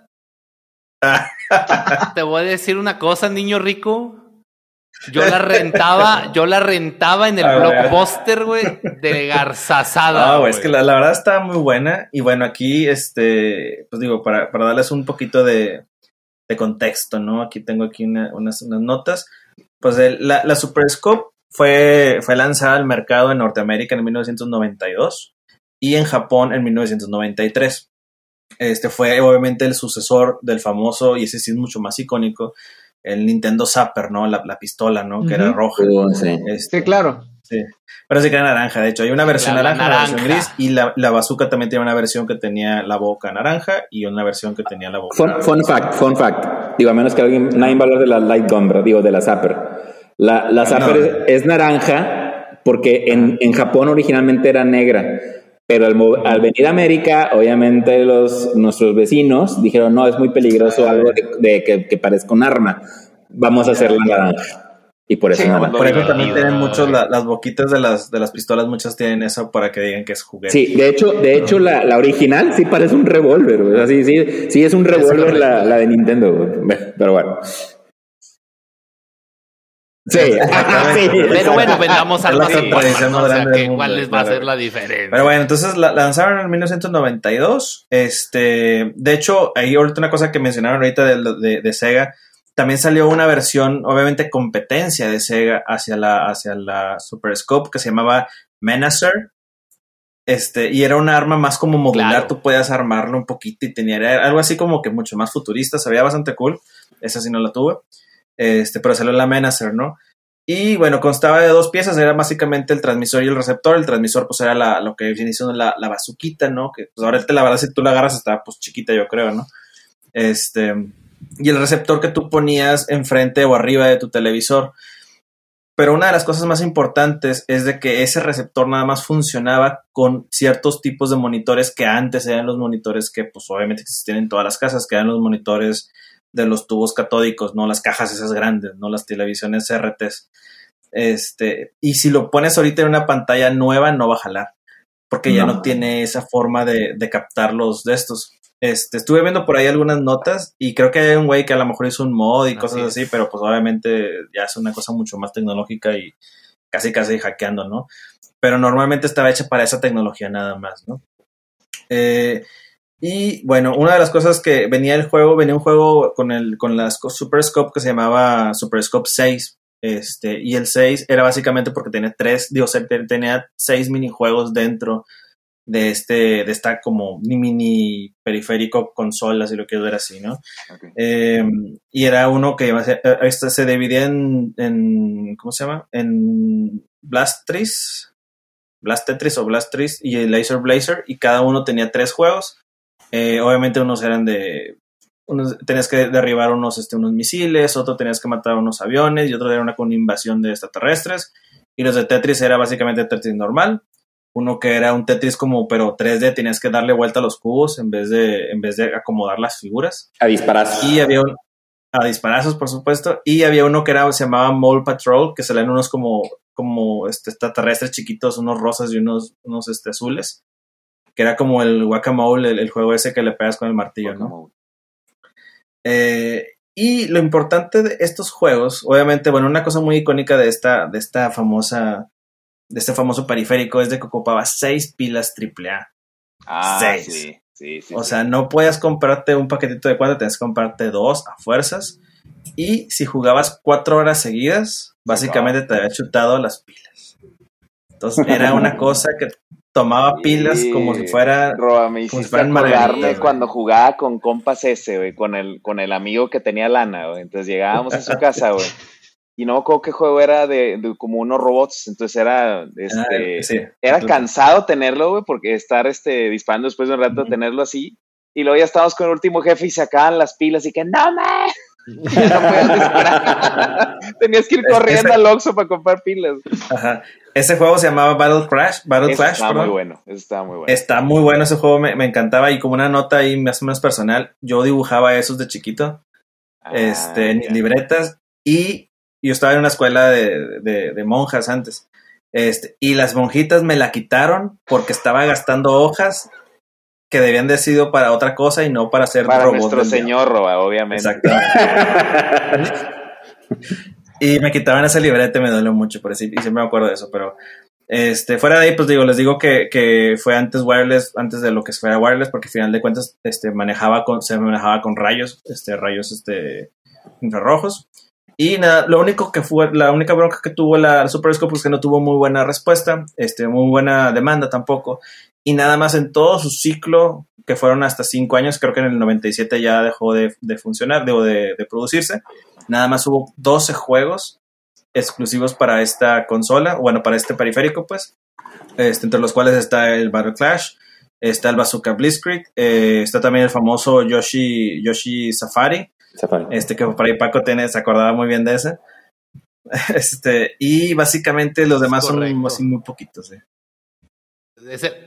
Speaker 4: Te voy a decir una cosa, niño rico. Yo la rentaba, yo la rentaba en el a Blockbuster, güey, de garzazada.
Speaker 5: No, güey, es que la, la verdad está muy buena. Y bueno, aquí, este, pues digo, para, para darles un poquito de, de contexto, ¿no? Aquí tengo aquí una, unas, unas notas. Pues el, la, la Super Scope fue, fue lanzada al mercado en Norteamérica en mil novecientos noventa y dos y en Japón en mil novecientos noventa y tres. Este fue obviamente el sucesor del famoso, y ese sí es mucho más icónico, el Nintendo Zapper, ¿no? La, la pistola, ¿no? Uh-huh. Que era roja.
Speaker 2: Uh, sí. Este, sí, claro.
Speaker 5: Sí. Pero sí que era naranja, de hecho. Hay una versión naranja, naranja, una versión gris, y la, la bazooka también tenía una versión que tenía la boca naranja y una versión que tenía la boca
Speaker 1: fun,
Speaker 5: naranja.
Speaker 1: Fun fact, fun fact. Digo, a menos que alguien, nadie va a hablar de la Light Gun, digo, de la Zapper. La, la Zapper no. es, es naranja porque en, en Japón originalmente era negra. Pero al, al venir a América, obviamente los, nuestros vecinos dijeron, no, es muy peligroso algo de, de que, que parezca un arma. Vamos a hacerla naranja. Y por eso,
Speaker 5: sí,
Speaker 1: naranja.
Speaker 5: Por eso también tienen muchos, la, las boquitas de las, de las pistolas, muchas tienen eso para que digan que es juguete.
Speaker 1: Sí, de hecho, de hecho la, la original sí parece un revólver. O sea, sí, sí, sí es un revólver la, la de Nintendo. Pero bueno. Sí,
Speaker 4: sí, pero bueno, vendamos algo así, bueno, ¿no? O sea, que igual les va claro. a hacer la diferencia.
Speaker 5: Pero bueno, entonces la lanzaron en mil novecientos noventa y dos. Este, de hecho, ahí ahorita una cosa que mencionaron ahorita de, de, de Sega, también salió una versión, obviamente competencia de Sega hacia la, hacia la Super Scope que se llamaba Menacer. Este, y era un arma más como modular, claro. Tú podías armarlo un poquito y tenía algo así como que mucho más futurista, se veía bastante cool. Esa sí no la tuve. Este, pero salió la Menacer, ¿no? Y bueno, constaba de dos piezas, era básicamente el transmisor y el receptor. El transmisor pues era la, lo que viene siendo la, la bazuquita, ¿no? Que pues ahora la verdad si tú la agarras está pues chiquita, yo creo, ¿no? Este, y el receptor que tú ponías enfrente o arriba de tu televisor. Pero una de las cosas más importantes es de que ese receptor nada más funcionaba con ciertos tipos de monitores que antes eran los monitores que pues obviamente existían en todas las casas, que eran los monitores de los tubos catódicos, no las cajas esas grandes, no las televisiones C R Ts. Este, y si lo pones ahorita en una pantalla nueva, no va a jalar, porque no. ya no tiene esa forma de, de captar los de estos. Este, estuve viendo por ahí algunas notas y creo que hay un güey que a lo mejor hizo un mod y así cosas así, es. Pero pues obviamente ya es una cosa mucho más tecnológica y casi casi hackeando, ¿no? Pero normalmente estaba hecha para esa tecnología nada más, ¿no? Eh... Y bueno, una de las cosas que venía el juego, venía un juego con el con la Super Scope que se llamaba Super Scope seis, este, y el seis era básicamente porque tenía tres, digo, tenía seis minijuegos dentro de este, de esta como mini periférico consola, si lo quiero ver así, ¿no? Okay. Eh, y era uno que este se dividía en, en, ¿cómo se llama? En Blastris, Blast Tetris o Blastris y el Laser Blazer, y cada uno tenía tres juegos. Eh, obviamente unos eran de unos, tenías que derribar unos, este, unos misiles, otro tenías que matar unos aviones y otro era una con invasión de extraterrestres, y los de Tetris era básicamente Tetris normal, uno que era un Tetris como pero tres D, tenías que darle vuelta a los cubos en vez de, en vez de acomodar las figuras
Speaker 1: a disparazos,
Speaker 5: y había un, a disparazos por supuesto, y había uno que era, se llamaba Mole Patrol, que salían unos como, como este, extraterrestres chiquitos, unos rosas y unos, unos este, azules, que era como el Guacamole, el, el juego ese que le pegas con el martillo, Guacamole. ¿No? Eh, y lo importante de estos juegos, obviamente, bueno, una cosa muy icónica de esta, de esta famosa, de este famoso periférico es de que ocupaba seis pilas triple A.
Speaker 3: Ah,
Speaker 5: seis.
Speaker 3: Sí. Sí, sí,
Speaker 5: o
Speaker 3: sí.
Speaker 5: sea, no podías comprarte un paquetito de cuatro, tenías que comprarte dos a fuerzas. Y si jugabas cuatro horas seguidas, básicamente te había chutado las pilas. Entonces era una cosa que tomaba pilas
Speaker 3: sí,
Speaker 5: como si fuera...
Speaker 3: Roba, me
Speaker 5: como
Speaker 3: hiciste
Speaker 5: si fueran
Speaker 3: acordarme cuando jugaba con compas ese, güey, con el, con el amigo que tenía lana, güey. Entonces llegábamos a su casa, güey. Y no me acuerdo qué juego era de, de como unos robots, entonces era, este,
Speaker 5: ah, sí,
Speaker 3: era
Speaker 5: sí,
Speaker 3: cansado tenerlo, güey, porque estar, este, disparando después de un rato, uh-huh. tenerlo así, y luego ya estábamos con el último jefe y se acaban las pilas, y que, ¡no, man! Ya no podías disparar. Tenías que ir corriendo ese, al Oxxo para comprar pilas.
Speaker 5: Ajá. Ese juego se llamaba Battle Crash, Battle
Speaker 3: Eso
Speaker 5: Clash,
Speaker 3: estaba
Speaker 5: perdón.
Speaker 3: muy bueno, eso estaba muy bueno.
Speaker 5: Está muy bueno ese juego, me, me encantaba, y como una nota ahí más o menos personal, yo dibujaba esos de chiquito, ah, este, en libretas, y yo estaba en una escuela de, de, de monjas antes, este, y las monjitas me la quitaron porque estaba gastando hojas que debían de sido para otra cosa y no para hacer
Speaker 3: para
Speaker 5: robots.
Speaker 3: Nuestro Señor, Roba, obviamente.
Speaker 5: Exactamente. Y me quitaban ese librete, me dolió mucho, por eso, y siempre me acuerdo de eso, pero este, fuera de ahí, pues digo, les digo que, que fue antes wireless, antes de lo que fuera wireless, porque al final de cuentas este, manejaba con, se manejaba con rayos, este, rayos este, infrarrojos. Y nada, lo único que fue, la única bronca que tuvo la Super Scope es que no tuvo muy buena respuesta, este, muy buena demanda tampoco, y nada más en todo su ciclo, que fueron hasta cinco años, creo que en el noventa y siete ya dejó de, de funcionar, de, de, de producirse, nada más hubo doce juegos exclusivos para esta consola, bueno, para este periférico, pues, este, entre los cuales está el Battle Clash, está el Bazooka Blitzkrieg, eh, está también el famoso Yoshi, Yoshi Safari, Safari. Este que por ahí Paco tiene, se acordaba muy bien de ese. Este, y básicamente los demás son así muy poquitos. ¿eh?
Speaker 4: Es, el,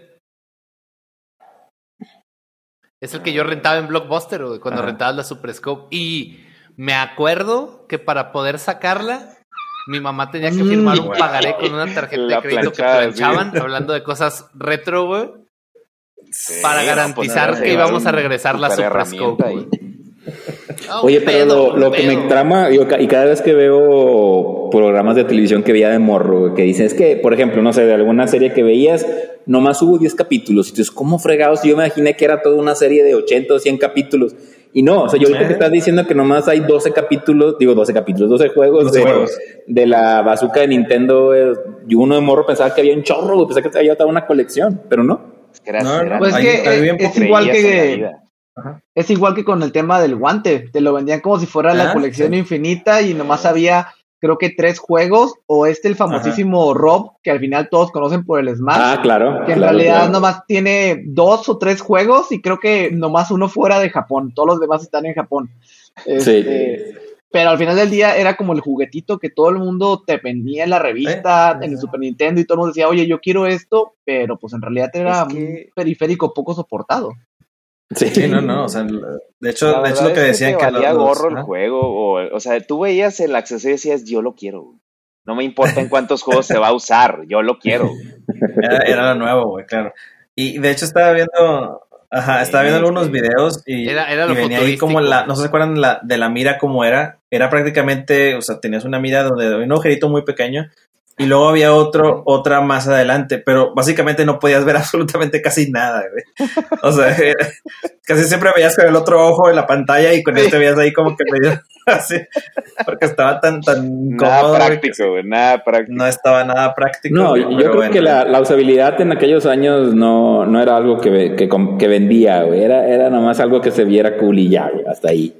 Speaker 4: es el que yo rentaba en Blockbuster, güey, cuando Ajá. rentabas la Super Scope. Y me acuerdo que para poder sacarla, mi mamá tenía que firmar mm, un pagaré con una tarjeta de crédito que planchaban, sí. hablando de cosas retro, güey. Sí, para garantizar no, que íbamos a regresar la Super Scope, güey.
Speaker 1: Oh, Oye, pero pedo, lo, lo que me trama, yo, y cada vez que veo programas de televisión que veía de morro, que dicen, es que, por ejemplo, no sé, de alguna serie que veías, nomás hubo diez capítulos, y entonces, ¿cómo fregados? Yo me imaginé que era toda una serie de ochenta o cien capítulos, y no, o sea, yo ahorita que estás diciendo que nomás hay doce capítulos, digo doce capítulos, doce juegos, doce de, juegos. de la bazooka de Nintendo, y uno de morro pensaba que había un chorro, pensaba que había toda una colección, pero no.
Speaker 2: Es que era, no, era, pues es que es, es igual que... Ajá. Es igual que con el tema del guante, te lo vendían como si fuera ah, la colección sí. infinita y nomás había creo que tres juegos o este el famosísimo Ajá. Rob que al final todos conocen por el Smash,
Speaker 1: ah, claro,
Speaker 2: que en
Speaker 1: claro,
Speaker 2: realidad
Speaker 1: claro.
Speaker 2: nomás tiene dos o tres juegos y creo que nomás uno fuera de Japón, todos los demás están en Japón. Este, sí. Pero al final del día era como el juguetito que todo el mundo te vendía en la revista, ¿Eh? en el Super Nintendo y todo el mundo decía, oye, yo quiero esto, pero pues en realidad era es que... un periférico poco soportado.
Speaker 5: Sí. sí, no, no, o sea, de hecho, de hecho lo que decían
Speaker 3: que,
Speaker 5: que,
Speaker 3: que valía
Speaker 5: los,
Speaker 3: gorro
Speaker 5: ¿no?
Speaker 3: el juego, o, o sea, tú veías el accesorio y decías, yo lo quiero, no me importa en cuántos juegos se va a usar, yo lo quiero.
Speaker 5: Era, era lo nuevo, güey, claro. Y de hecho estaba viendo, ajá, estaba viendo algunos videos y,
Speaker 4: era, era lo
Speaker 5: y venía ahí como la, no se acuerdan la, de la mira cómo era, era prácticamente, o sea, tenías una mira donde había un agujerito muy pequeño. Y luego había otro, otra más adelante, pero básicamente no podías ver absolutamente casi nada, güey. O sea, casi siempre veías con el otro ojo en la pantalla y con sí. este veías ahí como que medio así, porque estaba tan, tan
Speaker 3: nada
Speaker 5: cómodo.
Speaker 3: Práctico, güey, nada práctico.
Speaker 5: No estaba nada práctico.
Speaker 1: No,
Speaker 5: güey,
Speaker 1: yo creo
Speaker 5: bueno.
Speaker 1: que la, la usabilidad en aquellos años no, no era algo que, que, que vendía, güey. Era, era nomás algo que se viera cool y ya, güey, hasta ahí.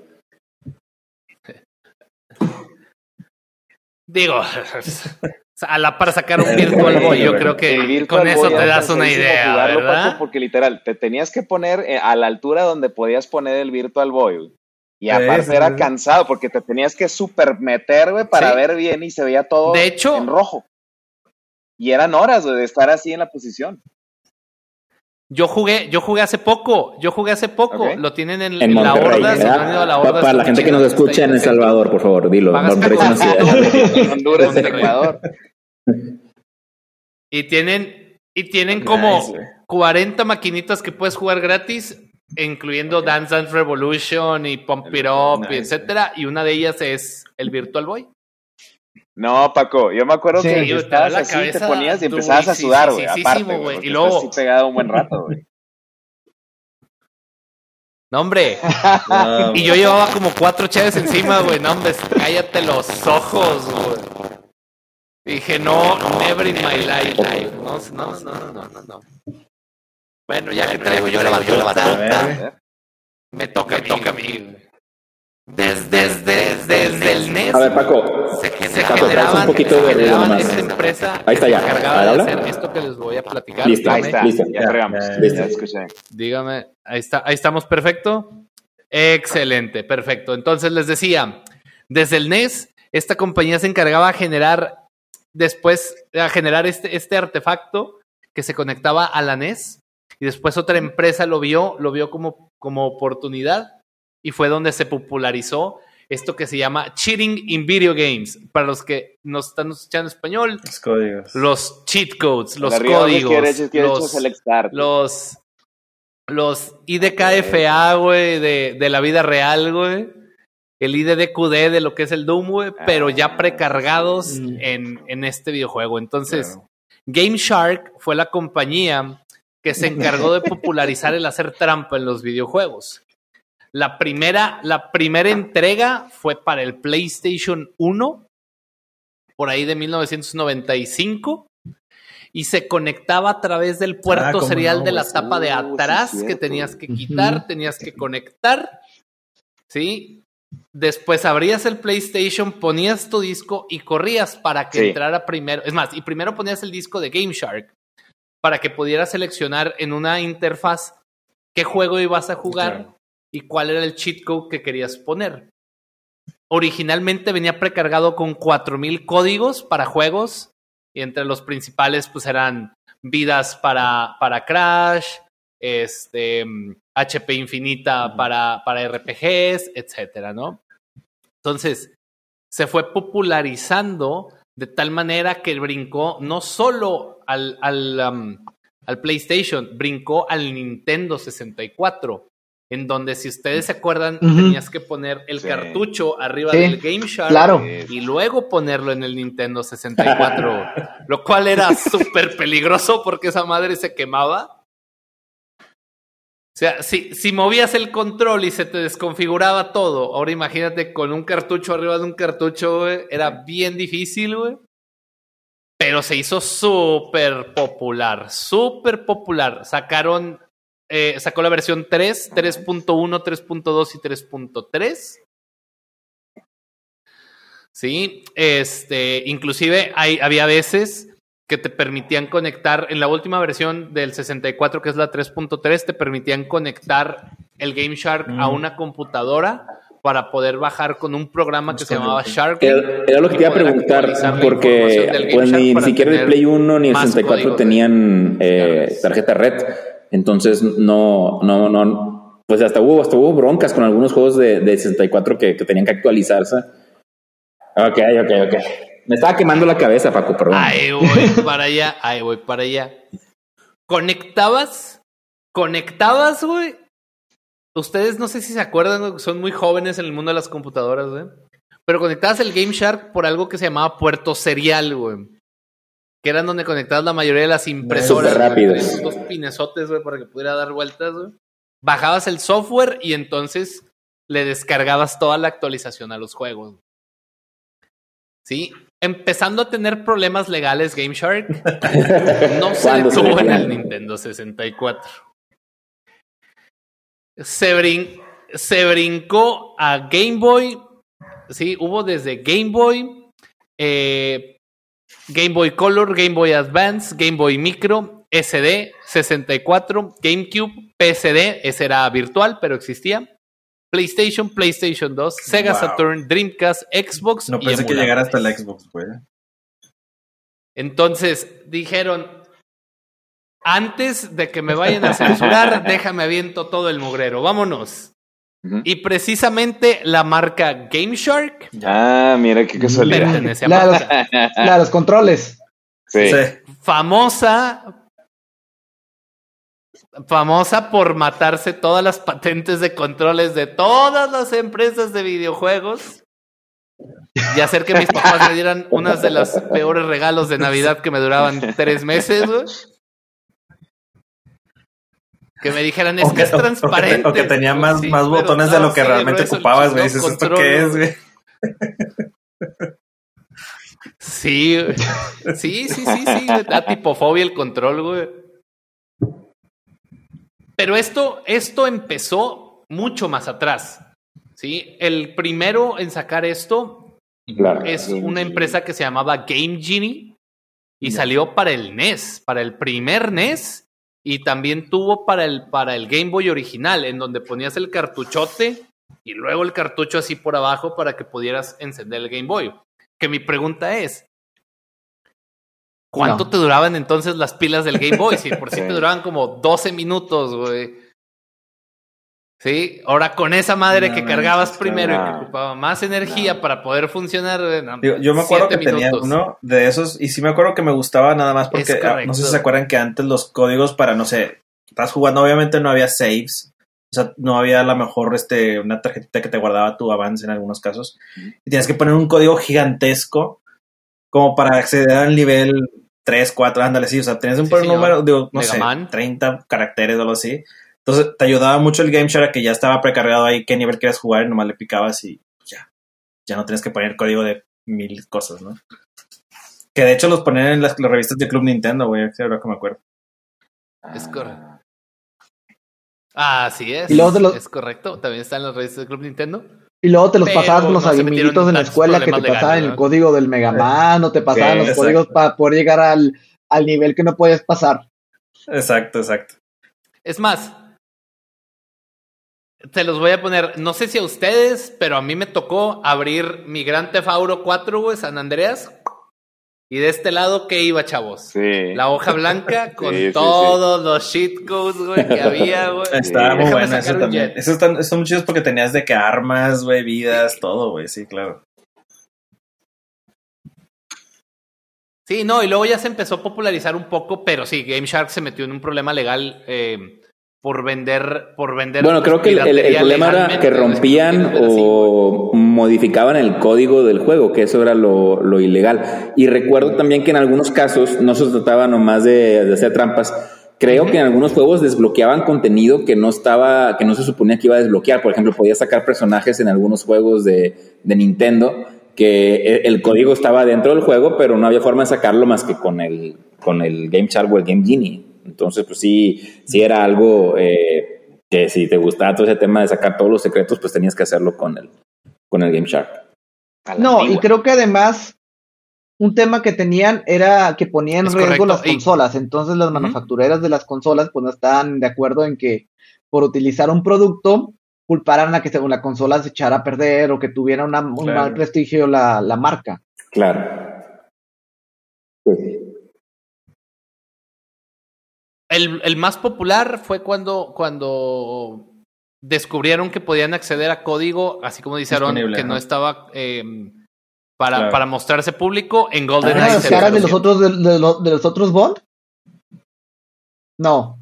Speaker 4: Digo... A la para sacar un Virtual Boy, yo creo que con eso te das una idea, ¿verdad?
Speaker 3: Porque literal, te tenías que poner a la altura donde podías poner el Virtual Boy, y aparte sí, sí, era sí. cansado, porque te tenías que super meter, güey, para sí. ver bien y se veía todo
Speaker 4: de hecho,
Speaker 3: en rojo. Y eran horas, güey, de estar así en la posición.
Speaker 4: Yo jugué, yo jugué hace poco, yo jugué hace poco, okay. Lo tienen en,
Speaker 1: en,
Speaker 4: en la horda,
Speaker 1: si no han ido a la horda. Para la gente que nos escucha en El Salvador, por favor, dilo. Monterrey es una ciudad.
Speaker 3: En Honduras, en Ecuador.
Speaker 4: Y tienen, y tienen como nice, cuarenta maquinitas que puedes jugar gratis, incluyendo okay. Dance Dance Revolution y Pump It Up, nice. y etcétera, y una de ellas es el Virtual Boy.
Speaker 3: No, Paco, yo me acuerdo sí, que estabas así, te ponías y empezabas a sudar, güey, aparte, güey, y luego sí pegaba un buen rato, güey.
Speaker 4: No, hombre. No, y yo llevaba como cuatro chaves encima, güey. No, hombre, cállate los ojos, güey. Dije, no, never in my life. No, no, no, no, no, no. Bueno, ya que traigo yo la batuta, me toca, me toca a mí. Desde, desde, desde el N E S.
Speaker 1: A ver, Paco.
Speaker 4: Se, se Paco, generaban, un poquito de ruido más. Esta empresa
Speaker 1: ahí está ya.
Speaker 4: Se encargaba de hacer esto que les voy a platicar.
Speaker 1: Listo,
Speaker 3: ahí está.
Speaker 1: Listo.
Speaker 3: Ya cargamos.
Speaker 1: Ya, ya, ya,
Speaker 3: escuché.
Speaker 4: Dígame, ahí está, ahí estamos, perfecto. Excelente, perfecto. Entonces les decía, desde el N E S, esta compañía se encargaba de generar, después, a generar este, este artefacto que se conectaba a la N E S, y después otra empresa lo vio, lo vio como, como oportunidad, y fue donde se popularizó esto que se llama cheating in video games. Para los que nos están escuchando en español,
Speaker 5: los códigos,
Speaker 4: los cheat codes, los códigos,
Speaker 3: quieres, quieres
Speaker 4: los, los, los I D K F A, güey, de, de la vida real, güey. El I D D Q D de lo que es el Doom, güey, pero ya precargados mm. en, en este videojuego. Entonces, claro. Game Shark fue la compañía que se encargó de popularizar el hacer trampa en los videojuegos. La primera, la primera entrega fue para el PlayStation uno, por ahí de mil novecientos noventa y cinco, y se conectaba a través del puerto ah, serial no, de la pues, tapa uh, de atrás, sí, que tenías que quitar, uh-huh. tenías que conectar, ¿sí? Después abrías el PlayStation, ponías tu disco y corrías para que sí. entrara primero. Es más, y primero ponías el disco de Game Shark para que pudieras seleccionar en una interfaz qué juego ibas a jugar. Claro. Y cuál era el cheat code que querías poner. Originalmente venía precargado con cuatro mil códigos para juegos, y entre los principales pues eran vidas para, para Crash, este, H P infinita uh-huh. para, para R P Gs, etcétera, ¿no? Entonces, se fue popularizando de tal manera que brincó no solo al, al, um, al PlayStation, brincó al Nintendo sesenta y cuatro. En donde, si ustedes se acuerdan, uh-huh. tenías que poner el sí. cartucho arriba sí. del Game Shark
Speaker 2: claro.
Speaker 4: y luego ponerlo en el Nintendo sesenta y cuatro, lo cual era súper peligroso porque esa madre se quemaba. O sea, si, si movías el control y se te desconfiguraba todo, ahora imagínate con un cartucho arriba de un cartucho, güey, era bien difícil, güey. Pero se hizo súper popular, súper popular. Sacaron... Eh, sacó la versión tres, tres punto uno, tres punto dos y tres punto tres. Sí, este, inclusive hay, había veces que te permitían conectar, en la última versión del sesenta y cuatro, que es la tres punto tres, te permitían conectar el Game Shark mm. a una computadora para poder bajar con un programa que se llamaba Shark.
Speaker 1: Era, era lo que te iba a preguntar, porque pues, ni, ni siquiera el Play uno ni el sesenta y cuatro tenían eh, tarjeta red. Entonces, no, no, no, pues hasta hubo, hasta hubo broncas con algunos juegos de, de sesenta y cuatro que, que tenían que actualizarse. Ok, ok, ok. Me estaba quemando la cabeza, Paco, perdón.
Speaker 4: Ahí voy para allá, ahí voy para allá. ¿Conectabas? ¿Conectabas, güey? Ustedes no sé si se acuerdan, son muy jóvenes en el mundo de las computadoras, güey. Pero conectabas el Game Shark por algo que se llamaba puerto serial, güey. Que eran donde conectabas la mayoría de las impresoras.
Speaker 1: Súper rápidos.
Speaker 4: Dos pinesotes, güey, para que pudiera dar vueltas, güey. Bajabas el software y entonces le descargabas toda la actualización a los juegos. ¿Sí? Empezando a tener problemas legales, Game Shark no se detuvo en el Nintendo sesenta y cuatro. Se, brin- se brincó a Game Boy. Sí, hubo desde Game Boy, eh, Game Boy Color, Game Boy Advance, Game Boy Micro, S D, sesenta y cuatro, GameCube, P S D, ese era virtual, pero existía. PlayStation, PlayStation dos, Sega wow. Saturn, Dreamcast, Xbox.
Speaker 5: No pensé
Speaker 4: y
Speaker 5: que llegara hasta el Xbox, güey.
Speaker 4: Entonces dijeron, antes de que me vayan a censurar, déjame aviento todo el mugrero, vámonos. Uh-huh. Y precisamente la marca Game Shark.
Speaker 3: Ah, mira qué casualidad.
Speaker 4: Pertenece a
Speaker 2: la, marca. La, la, los controles.
Speaker 3: Sí.
Speaker 4: sí. Famosa. Famosa por matarse todas las patentes de controles de todas las empresas de videojuegos y hacer que mis papás me dieran unas de los peores regalos de Navidad que me duraban tres meses, güey. Que me dijeran, es que, que es transparente.
Speaker 5: O que, o que tenía más, sí, más botones no, de lo que sí, realmente ocupabas, güey. Dices, ¿esto qué es, güey?
Speaker 4: Sí, sí, sí, sí, sí. Da tipofobia el control, güey. Pero esto, esto empezó mucho más atrás, ¿sí? El primero en sacar esto claro, es una empresa que se llamaba Game Genie y salió para el N E S, para el primer N E S, y también tuvo para el, para el Game Boy original, en donde ponías el cartuchote y luego el cartucho así por abajo para que pudieras encender el Game Boy. Que mi pregunta es, ¿cuánto no. te duraban entonces las pilas del Game Boy? Si por sí te duraban como doce minutos, güey. Sí, ahora con esa madre no, que cargabas no, primero no. y que ocupaba más energía no. para poder funcionar. No,
Speaker 5: Digo, yo me acuerdo que minutos. tenía uno de esos y sí me acuerdo que me gustaba nada más porque no sé si se acuerdan que antes los códigos para, no sé, estás jugando, obviamente no había saves, o sea, no había a lo mejor este, una tarjetita que te guardaba tu avance en algunos casos y tienes que poner un código gigantesco como para acceder al nivel tres, cuatro, ándale, sí, o sea, tenías un sí, número, digo, no Mega sé, Man. treinta caracteres o algo así. Entonces te ayudaba mucho el Game Share a que ya estaba precargado ahí qué nivel querías jugar y nomás le picabas y pues ya. Ya no tienes que poner código de mil cosas, ¿no? Que de hecho los ponían en las, las revistas de Club Nintendo, güey, ahora que me acuerdo.
Speaker 4: Es correcto. Ah, así es.
Speaker 2: ¿Y luego te los...
Speaker 4: Es correcto. También están las revistas de Club Nintendo.
Speaker 2: Y luego te los Pero pasabas con los no amiguitos de la escuela que te legales, pasaban ¿no? el código del Mega Man o te pasaban sí, los exacto. códigos para poder llegar al, al nivel que no podías pasar.
Speaker 5: Exacto, exacto.
Speaker 4: Es más, te los voy a poner, no sé si a ustedes, pero a mí me tocó abrir mi Grand Theft Auto cuatro, güey, San Andreas. Y de este lado, ¿qué iba, chavos?
Speaker 3: Sí.
Speaker 4: La hoja blanca con sí, todos sí, sí. los shitcodes, güey, que había, güey.
Speaker 5: Estaba muy bueno eso también. Esos están, están muy chidos porque tenías de que armas, güey, vidas, sí. todo, güey, sí, claro.
Speaker 4: Sí, no, y luego ya se empezó a popularizar un poco, pero sí, Game Shark se metió en un problema legal eh, por vender, por vender.
Speaker 1: Bueno, creo que el, el, el problema era que rompían o así, modificaban el código del juego, que eso era lo, lo ilegal. Y recuerdo también que en algunos casos no se trataba nomás de, de hacer trampas. Creo uh-huh. que en algunos juegos desbloqueaban contenido que no estaba, que no se suponía que iba a desbloquear. Por ejemplo, podías sacar personajes en algunos juegos de, de Nintendo que el código estaba dentro del juego, pero no había forma de sacarlo más que con el, con el Game Shark o el Game Genie. Entonces, pues sí, sí era algo eh, que si te gustaba todo ese tema de sacar todos los secretos, pues tenías que hacerlo con el, con el Game Shark.
Speaker 2: No, antigua. Y creo que además un tema que tenían era que ponían en riesgo correcto. las y... consolas. Entonces las uh-huh. manufactureras de las consolas pues no estaban de acuerdo en que por utilizar un producto culparan a que según la consola se echara a perder o que tuviera una, claro. un mal prestigio la, la marca.
Speaker 1: Claro. Sí.
Speaker 4: El, el más popular fue cuando, cuando descubrieron que podían acceder a código, así como dice Aaron, que ¿no? no estaba eh, para, claro. para mostrarse público en GoldenEye.
Speaker 2: ¿Ah, las caras de los otros de, de, los, de los otros Bond? No.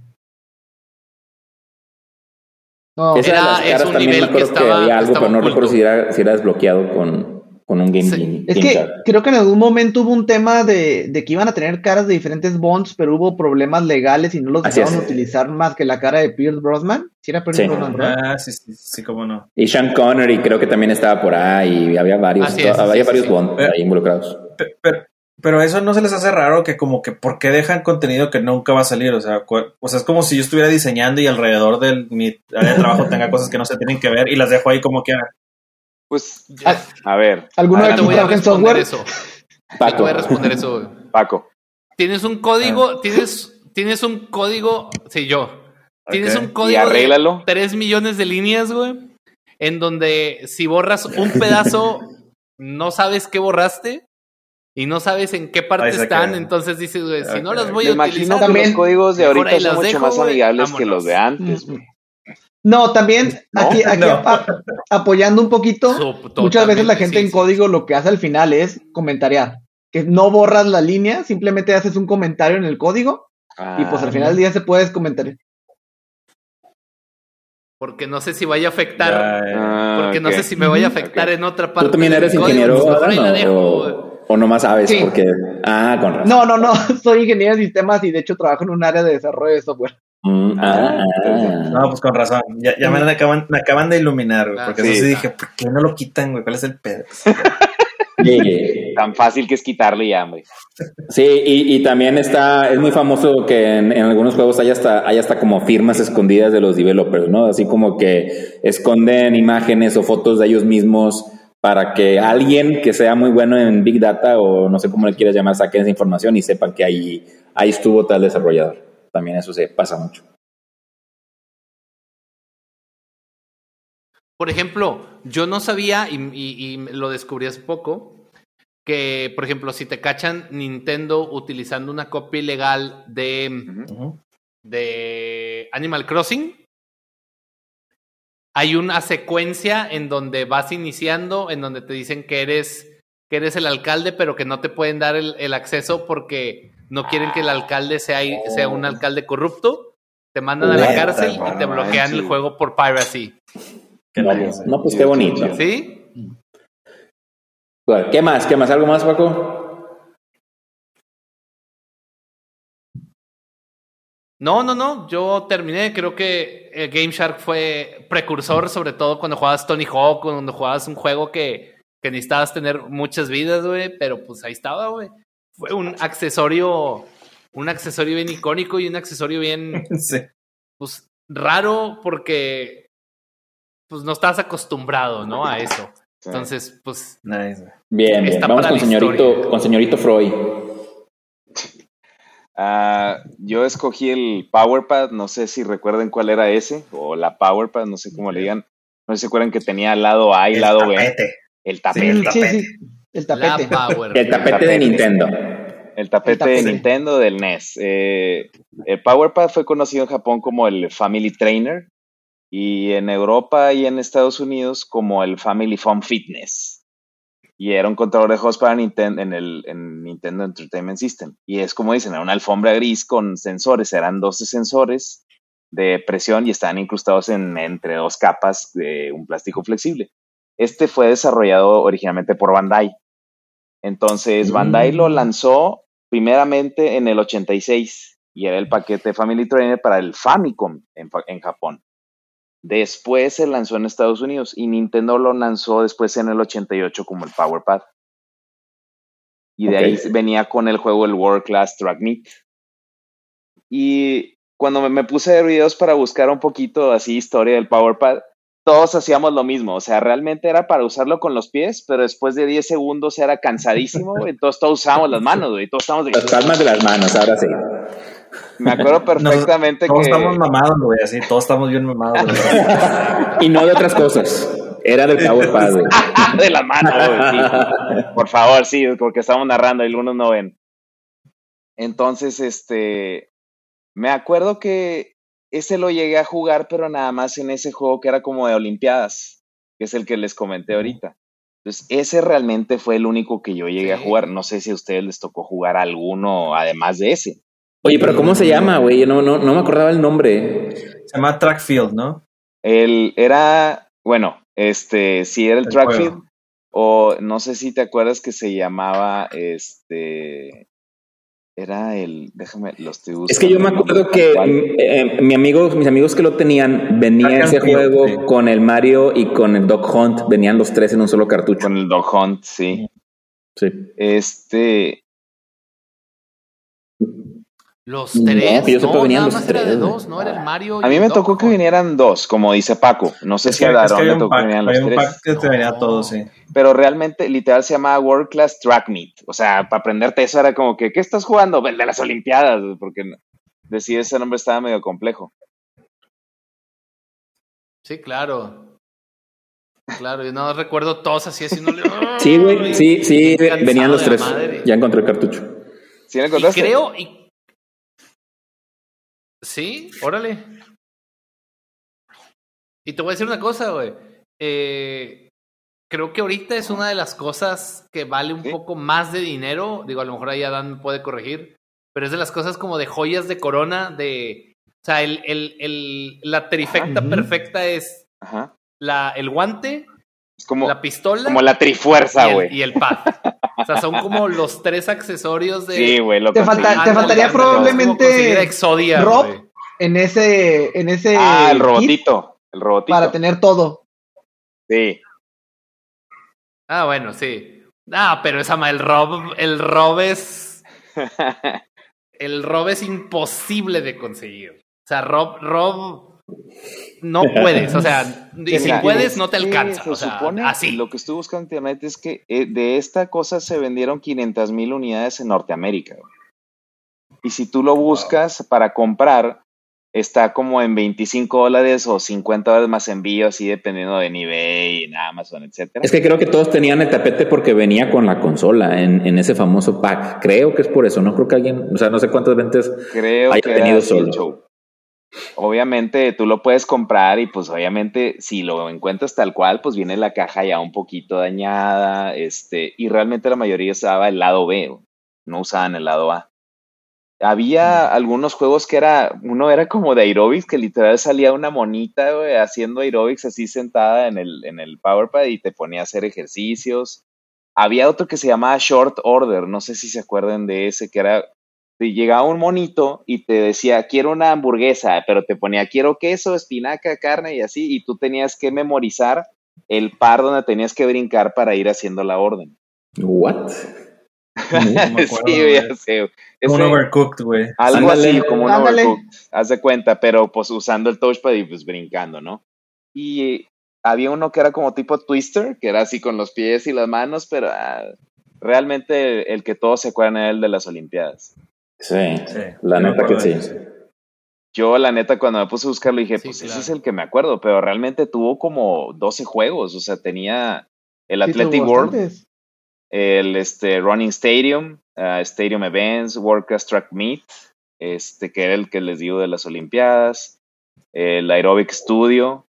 Speaker 1: No, era, es un nivel que estaba, que había algo, pero no recuerdo si era, si era desbloqueado con, con un Game
Speaker 2: sí.
Speaker 1: Genie.
Speaker 2: Es
Speaker 1: Game
Speaker 2: que
Speaker 1: Card.
Speaker 2: Creo que en algún momento hubo un tema de, de que iban a tener caras de diferentes Bonds, pero hubo problemas legales y no los dejaron utilizar más que la cara de Pierce Brosnan. ¿Sí era Pierce
Speaker 1: sí.
Speaker 2: Brosnan, ¿verdad?
Speaker 5: Ah, sí, sí, sí, cómo no.
Speaker 1: Y Sean Connery creo que también estaba por ahí, y había varios,
Speaker 4: es,
Speaker 1: había
Speaker 4: sí,
Speaker 1: varios
Speaker 4: sí,
Speaker 1: Bond
Speaker 5: sí.
Speaker 1: ahí involucrados.
Speaker 5: Pero, pero, pero eso no se les hace raro que como que ¿por qué dejan contenido que nunca va a salir? O sea, cu- o sea es como si yo estuviera diseñando y alrededor de mi área de trabajo tenga cosas que no se tienen que ver y las dejo ahí como que...
Speaker 3: Pues, a, a ver.
Speaker 2: ¿Alguno de
Speaker 4: te voy a
Speaker 2: en software?
Speaker 4: Eso.
Speaker 1: Paco.
Speaker 4: Te voy a responder eso.
Speaker 3: Paco.
Speaker 4: Tienes un código, ah. tienes, tienes un código, sí, yo. Tienes okay. un código
Speaker 3: de
Speaker 4: tres millones de líneas, güey, en donde si borras un pedazo, no sabes qué borraste y no sabes en qué parte están, queda. Entonces dices, güey, okay. si no las voy a
Speaker 3: Me
Speaker 4: utilizar,
Speaker 3: imagino que los códigos de ahorita son mucho dejo, más amigables
Speaker 4: vámonos.
Speaker 3: que los de antes, güey.
Speaker 2: No, también aquí, aquí no. a, apoyando un poquito, so, muchas veces la gente sí, en código sí. lo que hace al final es comentariar, que no borras la línea, simplemente haces un comentario en el código ah, y pues al final del día se puedes comentar.
Speaker 4: Porque no sé si vaya a afectar,
Speaker 3: ah,
Speaker 4: porque okay. no sé si me vaya a afectar okay. en otra parte.
Speaker 1: ¿Tú también eres ingeniero no, o, o nomás sabes?
Speaker 2: Sí.
Speaker 1: Porque ah, con razón.
Speaker 2: No, no, no, soy ingeniero de sistemas y de hecho trabajo en un área de desarrollo de software.
Speaker 5: Mm, ah, ah. No, pues con razón. Ya, ya me, acaban, me acaban de iluminar, güey. Porque ah, sí, eso sí dije, ¿por qué no lo quitan, güey? ¿Cuál es el pedo?
Speaker 3: Sí. Tan fácil que es quitarlo ya, güey.
Speaker 1: Sí, y, y también está, es muy famoso que en, en algunos juegos hay hasta, hay hasta como firmas escondidas de los developers, ¿no? Así como que esconden imágenes o fotos de ellos mismos para que alguien que sea muy bueno en Big Data o no sé cómo le quieras llamar, saquen esa información y sepan que ahí, ahí estuvo tal desarrollador. También eso se pasa mucho.
Speaker 4: Por ejemplo, yo no sabía, y, y, y lo descubrí hace poco, que, por ejemplo, si te cachan Nintendo utilizando una copia ilegal de, uh-huh. de Animal Crossing, hay una secuencia en donde vas iniciando, en donde te dicen que eres, que eres el alcalde, pero que no te pueden dar el, el acceso porque no quieren que el alcalde sea, sea un alcalde corrupto. Te mandan a la cárcel y te bloquean el juego por piracy.
Speaker 1: No, no, pues qué bonito.
Speaker 4: ¿Sí?
Speaker 1: Bueno, ¿qué más? ¿Qué más? ¿Algo más, Paco?
Speaker 4: No, no, no. Yo terminé. Creo que el Game Shark fue precursor, sobre todo cuando jugabas Tony Hawk, cuando jugabas un juego que, que necesitabas tener muchas vidas, güey. Pero pues ahí estaba, güey. Fue un accesorio, un accesorio bien icónico y un accesorio bien, sí. pues, raro porque, pues, no estás acostumbrado, ¿no? A eso. Sí. Entonces, pues,
Speaker 1: nice. Bien, bien. Vamos con señorito, con señorito Freud.
Speaker 3: Uh, yo escogí el PowerPad, no sé si recuerden cuál era ese, o la PowerPad, no sé cómo le digan. No sé si se acuerdan que tenía lado A y el lado
Speaker 5: tapete.
Speaker 3: B. El tapete.
Speaker 2: Sí, el tapete. Sí, sí. El tapete.
Speaker 1: El tapete, el tapete de Nintendo.
Speaker 3: El tapete, el tapete de Nintendo del N E S. Eh, el PowerPad fue conocido en Japón como el Family Trainer y en Europa y en Estados Unidos como el Family Fun Fitness. Y era un controlador de juegos para Nintendo en el en Nintendo Entertainment System. Y es como dicen, era una alfombra gris con sensores. Eran doce sensores de presión y estaban incrustados en, entre dos capas de un plástico flexible. Este fue desarrollado originalmente por Bandai. Entonces, Bandai mm. lo lanzó primeramente en el ochenta y seis y era el paquete Family Trainer para el Famicom en, en Japón. Después se lanzó en Estados Unidos y Nintendo lo lanzó después en el ochenta y ocho como el PowerPad. Y de okay. ahí venía con el juego el World Class Track Meet. Y cuando me, me puse a ver videos para buscar un poquito así historia del PowerPad, todos hacíamos lo mismo, o sea, realmente era para usarlo con los pies, pero después de diez segundos era cansadísimo, entonces todos usábamos las manos, güey, todos estábamos...
Speaker 1: Las palmas de las manos, ahora sí.
Speaker 3: Me acuerdo perfectamente
Speaker 5: Nos,
Speaker 3: que...
Speaker 5: Todos estamos mamados, güey, así, todos estamos bien mamados, güey.
Speaker 1: Y no de otras cosas, era del PowerPad, güey.
Speaker 3: De la mano, güey, sí. Por favor, sí, porque estamos narrando y algunos no ven. Entonces, este... me acuerdo que ese lo llegué a jugar, pero nada más en ese juego que era como de Olimpiadas, que es el que les comenté ahorita. Entonces, ese realmente fue el único que yo llegué sí. a jugar. No sé si a ustedes les tocó jugar alguno además de ese.
Speaker 1: Oye, pero ¿cómo se llama, güey? No, no, no me acordaba el nombre.
Speaker 5: Se llama Track Field, ¿no?
Speaker 3: El era, bueno, este, sí era el, el Track juego. Field, o no sé si te acuerdas que se llamaba, este... Era el, déjame, los estoy buscando.
Speaker 1: Es que yo me acuerdo que eh, mi amigo, mis amigos que lo tenían, venía ese juego sí. con el Mario y con el Dog Hunt, venían los tres en un solo cartucho.
Speaker 3: Con el Dog Hunt, sí.
Speaker 1: Sí.
Speaker 3: Este.
Speaker 4: Los tres.
Speaker 1: No, que yo
Speaker 4: no,
Speaker 1: sepa, venían
Speaker 4: nada
Speaker 1: los
Speaker 4: más
Speaker 1: tres.
Speaker 4: Era de dos, no era el Mario.
Speaker 3: A mí me tocó que vinieran dos, como dice Paco. No sé es si
Speaker 5: que,
Speaker 3: a Daron
Speaker 5: es que
Speaker 3: le tocó
Speaker 5: pack,
Speaker 3: que vinieran los
Speaker 5: un
Speaker 3: tres.
Speaker 5: Pack que te venía
Speaker 4: no.
Speaker 5: todo, sí.
Speaker 3: Pero realmente, literal, se llamaba World Class Track Meet. O sea, para aprenderte eso era como que, ¿qué estás jugando? El de las Olimpiadas, porque decir ese nombre estaba medio complejo.
Speaker 4: Sí, claro. Claro, yo no recuerdo todos así haciéndole.
Speaker 1: Sí, güey, sí, sí, venían los tres. Ya encontré el cartucho.
Speaker 3: ¿Sí lo encontraste?
Speaker 4: Y creo. Y... Sí, órale. Y te voy a decir una cosa, güey. Eh, creo que ahorita es una de las cosas que vale un ¿Sí? poco más de dinero. Digo, a lo mejor ahí Adán me puede corregir. Pero es de las cosas como de joyas de corona. De, o sea, el, el, el, la trifecta Ajá. perfecta es Ajá. La, el guante,
Speaker 3: es como,
Speaker 4: la pistola.
Speaker 3: Como la trifuerza, güey.
Speaker 4: Y, y el pad. O sea, son como los tres accesorios de...
Speaker 3: Sí, güey.
Speaker 2: Te, falta, te faltaría probablemente...
Speaker 4: Exodia,
Speaker 2: Rob,
Speaker 4: wey.
Speaker 2: en ese, en ese
Speaker 3: ah, el robotito, el robotito.
Speaker 2: Para tener todo.
Speaker 3: Sí.
Speaker 4: Ah, bueno, sí. Ah, pero esa el rob, el rob es el rob es imposible de conseguir. O sea, rob, rob no puedes, o sea, y si puedes no te alcanza.
Speaker 3: Se
Speaker 4: o sea,
Speaker 3: supone,
Speaker 4: así.
Speaker 3: Lo que estuve buscando en internet es que eh, de esta cosa se vendieron quinientas mil unidades en Norteamérica. Y si tú lo buscas wow. para comprar, está como en veinticinco dólares o cincuenta dólares más envío, así dependiendo de eBay, en Amazon, etcétera.
Speaker 1: Es que creo que todos tenían el tapete porque venía con la consola en, en ese famoso pack. Creo que es por eso, no creo que alguien, o sea, no sé cuántas ventas
Speaker 3: creo
Speaker 1: haya
Speaker 3: que
Speaker 1: tenido solo.
Speaker 3: Obviamente tú lo puedes comprar y pues obviamente si lo encuentras tal cual, pues viene la caja ya un poquito dañada, este, y realmente la mayoría usaba el lado B, no usaban el lado A. Había algunos juegos que era, uno era como de aerobics, que literal salía una monita, güey, haciendo aerobics así sentada en el, en el PowerPad y te ponía a hacer ejercicios. Había otro que se llamaba Short Order, no sé si se acuerdan de ese, que era, te llegaba un monito y te decía, quiero una hamburguesa, pero te ponía, quiero queso, espinaca, carne y así, y tú tenías que memorizar el par donde tenías que brincar para ir haciendo la orden.
Speaker 1: ¿What?
Speaker 3: No me acuerdo, sí, ya sé.
Speaker 5: Un overcooked, güey.
Speaker 3: Algo
Speaker 1: Ándale.
Speaker 3: así, como un
Speaker 2: Ándale.
Speaker 3: overcooked, haz de cuenta, pero pues usando el touchpad y pues brincando, ¿no? Y había uno que era como tipo Twister, que era así con los pies y las manos, pero ah, realmente el, el que todos se acuerdan era el de las Olimpiadas.
Speaker 1: Sí,
Speaker 5: Sí,
Speaker 1: la
Speaker 5: yo
Speaker 1: neta
Speaker 5: me
Speaker 1: que sí.
Speaker 5: acuerdo.
Speaker 3: Yo, la neta, cuando me puse a buscarlo, dije,
Speaker 4: Sí,
Speaker 3: pues
Speaker 4: claro.
Speaker 3: ese es el que me acuerdo, pero realmente tuvo como doce juegos, o sea, tenía el
Speaker 2: Sí,
Speaker 3: Athletic
Speaker 2: tuvo
Speaker 3: World,
Speaker 2: bastantes.
Speaker 3: el este, Running Stadium, uh, Stadium Events, Worldcast Track Meet, este, que era el que les digo de las Olimpiadas, el Aerobic Studio,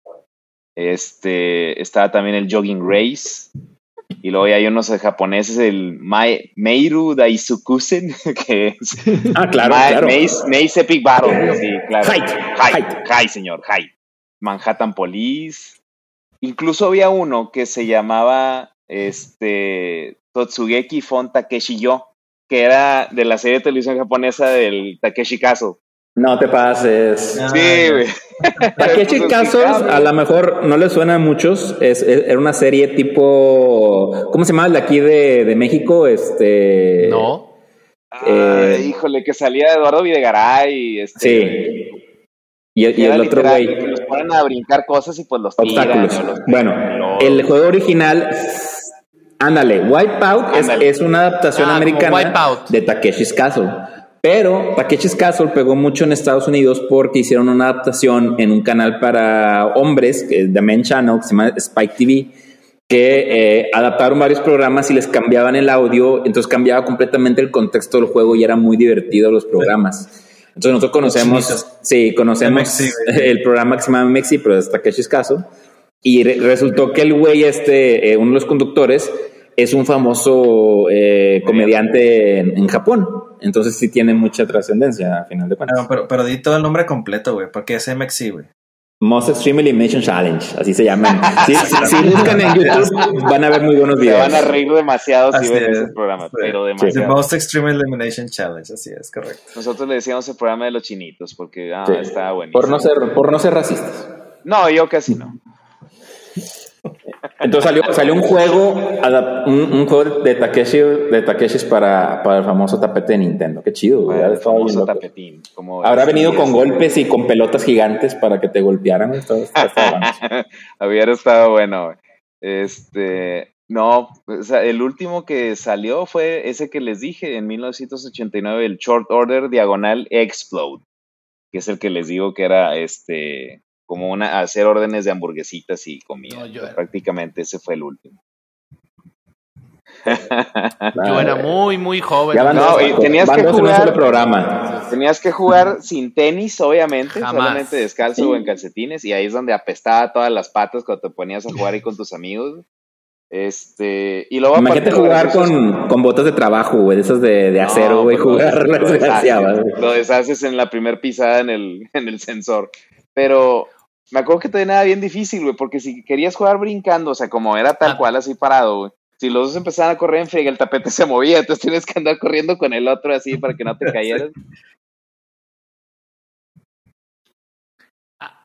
Speaker 3: este, estaba también el Jogging Race, y luego hay unos japoneses, el Mai, Meiru Daisukusen, que es
Speaker 1: Ah, claro,
Speaker 3: Ma-
Speaker 1: claro.
Speaker 3: Maze, Maze Epic Battle, sí, claro.
Speaker 1: Height,
Speaker 3: Height,
Speaker 1: height.
Speaker 3: Height, señor, Height. Manhattan Police. Incluso había uno que se llamaba este Totsugeki Fon Takeshi Yo, que era de la serie de televisión japonesa del Takeshi Castle.
Speaker 1: No te pases.
Speaker 5: Ah,
Speaker 3: Sí,
Speaker 5: ya.
Speaker 3: güey.
Speaker 1: Takeshi
Speaker 3: Pues,
Speaker 1: Castle,
Speaker 3: explicable.
Speaker 1: a lo mejor no le suena a muchos. Es, es- era una serie tipo. ¿Cómo se llama el de aquí de, de México? Este.
Speaker 4: No.
Speaker 3: Ay,
Speaker 1: eh,
Speaker 3: híjole, que salía Eduardo Videgaray y este.
Speaker 1: Sí. Y,
Speaker 3: que
Speaker 1: y
Speaker 3: era
Speaker 1: el otro
Speaker 3: literal,
Speaker 1: güey.
Speaker 3: que los ponen a brincar cosas y pues los tiran.
Speaker 1: Obstáculos.
Speaker 3: o los
Speaker 1: Bueno,
Speaker 3: tiran,
Speaker 1: el
Speaker 3: los-
Speaker 1: juego original. Ándale, Wipeout es,
Speaker 3: Ándale.
Speaker 1: es una adaptación
Speaker 4: Ah, como
Speaker 1: americana
Speaker 4: Wipeout.
Speaker 1: de Takeshi's Castle. Pero Takeshi's Castle pegó mucho en Estados Unidos porque hicieron una adaptación en un canal para hombres, que es The Men Channel, que se llama Spike T V, que eh, adaptaron varios programas y les cambiaban el audio, entonces cambiaba completamente el contexto del juego y era muy divertido los programas. Entonces nosotros conocemos,
Speaker 5: chinitos.
Speaker 1: sí, conocemos
Speaker 5: M X C, güey.
Speaker 1: el programa que se llama M X C, pero es Takeshi's Castle. Y re- resultó que el güey este, eh, uno de los conductores, es un famoso eh, comediante en, en Japón. Entonces sí tiene mucha trascendencia, a final de cuentas.
Speaker 5: Ah, pero, pero di todo el nombre completo, güey, porque es M X C, güey.
Speaker 1: Most Extreme Elimination Challenge, así se llaman. Si, si, si buscan en YouTube, van a ver muy buenos
Speaker 3: Se
Speaker 1: videos.
Speaker 3: van a reír demasiado si
Speaker 5: Así
Speaker 3: ven
Speaker 5: es.
Speaker 3: ese programa,
Speaker 5: Sí.
Speaker 3: pero
Speaker 5: The
Speaker 3: demasiado.
Speaker 5: Most Extreme Elimination Challenge, así es, correcto.
Speaker 3: Nosotros le decíamos el programa de los chinitos porque ah,
Speaker 1: Sí.
Speaker 3: estaba buenísimo.
Speaker 1: Por no ser, por no ser racistas.
Speaker 3: No, yo casi no.
Speaker 1: Entonces salió, salió un juego, adap- un, un juego de Takeshi, de Takeshis para, para el famoso tapete de Nintendo. Qué chido, güey.
Speaker 3: Bueno,
Speaker 1: Ha
Speaker 3: el
Speaker 1: estado bien
Speaker 3: famoso
Speaker 1: loco.
Speaker 3: tapetín. Como
Speaker 1: Habrá
Speaker 3: este,
Speaker 1: venido con
Speaker 3: es-
Speaker 1: golpes y con pelotas gigantes para que te golpearan. Güey. Todo está- está bueno.
Speaker 3: Hubiera estado bueno. güey. Este, no, o sea, el último que salió fue ese que les dije en mil novecientos ochenta y nueve, el Short Order Diagonal Explode, que es el que les digo que era este como una hacer órdenes de hamburguesitas y comida.
Speaker 4: No, yo era-
Speaker 3: Prácticamente ese fue el último.
Speaker 4: Yo era muy, muy joven.
Speaker 1: Ya van
Speaker 3: No,
Speaker 1: dos,
Speaker 3: y tenías
Speaker 1: van
Speaker 3: que
Speaker 1: dos en un
Speaker 3: jugar-
Speaker 1: solo programa.
Speaker 3: Tenías que jugar sin tenis, obviamente,
Speaker 4: Jamás.
Speaker 3: solamente descalzo o en calcetines, y ahí es donde apestaba todas las patas cuando te ponías a jugar ahí con tus amigos. Este, y luego
Speaker 1: Imagínate
Speaker 3: aparte, lo
Speaker 1: jugar
Speaker 3: gracioso-
Speaker 1: con, con botas de trabajo, güey, de esas de, de acero,
Speaker 3: No,
Speaker 1: güey,
Speaker 3: pues lo
Speaker 1: jugar
Speaker 3: des-
Speaker 1: las
Speaker 3: lo
Speaker 1: desgraciadas.
Speaker 3: deshaces,
Speaker 1: güey.
Speaker 3: lo deshaces en la primer pisada en el, en el sensor. Pero me acuerdo que también era bien difícil, güey, porque si querías jugar brincando, o sea, como era tal
Speaker 4: Ah.
Speaker 3: cual así parado, güey, si los dos empezaban a correr en friega, el tapete se movía, entonces tienes que andar corriendo con el otro así para que no te cayeras.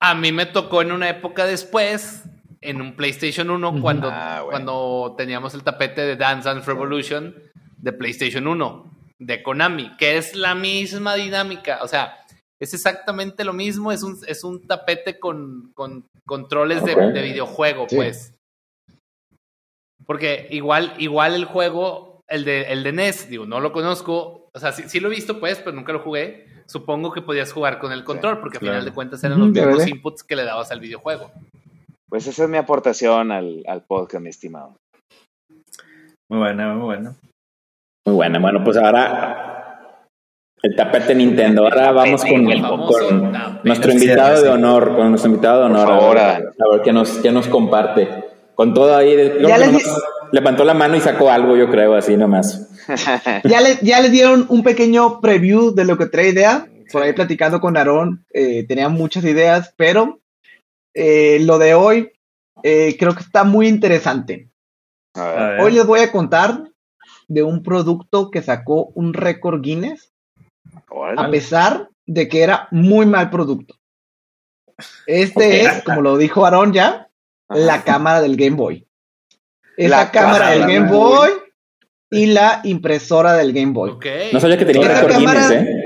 Speaker 4: A mí me tocó en una época después, en un PlayStation uno, uh-huh. cuando, ah, bueno. cuando teníamos el tapete de Dance Dance Revolution de PlayStation uno, de Konami, que es la misma dinámica, o sea, es exactamente lo mismo, es un, es un tapete con, con controles okay. de, de videojuego, sí. pues. Porque igual, igual el juego, el de, el de N E S, digo, no lo conozco, o sea, sí, sí lo he visto, pues, pero nunca lo jugué. Supongo que podías jugar con el control, porque claro. al final de cuentas eran los mismos ¿verdad? Inputs que le dabas al videojuego.
Speaker 3: Pues esa es mi aportación al, al podcast, mi estimado.
Speaker 5: Muy buena, muy buena.
Speaker 1: Muy buena, bueno, pues ahora el tapete Nintendo. Ahora vamos con, con nuestro invitado de honor, con nuestro invitado de honor. Ahora, a ver qué nos, qué nos comparte. Con todo ahí, creo que nomás levantó la mano y sacó algo, yo creo, así nomás.
Speaker 2: ya, le, ya les dieron un pequeño preview de lo que trae idea. Por ahí platicando con Aarón, eh, tenía muchas ideas, pero eh, lo de hoy eh, creo que está muy interesante. A ver. Hoy les voy a contar de un producto que sacó un récord Guinness, ¿cuál? A pesar de que era muy mal producto. Este okay. es, como lo dijo Aarón ya, ajá. la cámara del Game Boy. Esa la cámara del Game Boy y la impresora del Game Boy.
Speaker 1: Okay. No sabía que tenía
Speaker 2: esa
Speaker 1: récord
Speaker 2: cámara,
Speaker 1: Guinness, ¿eh?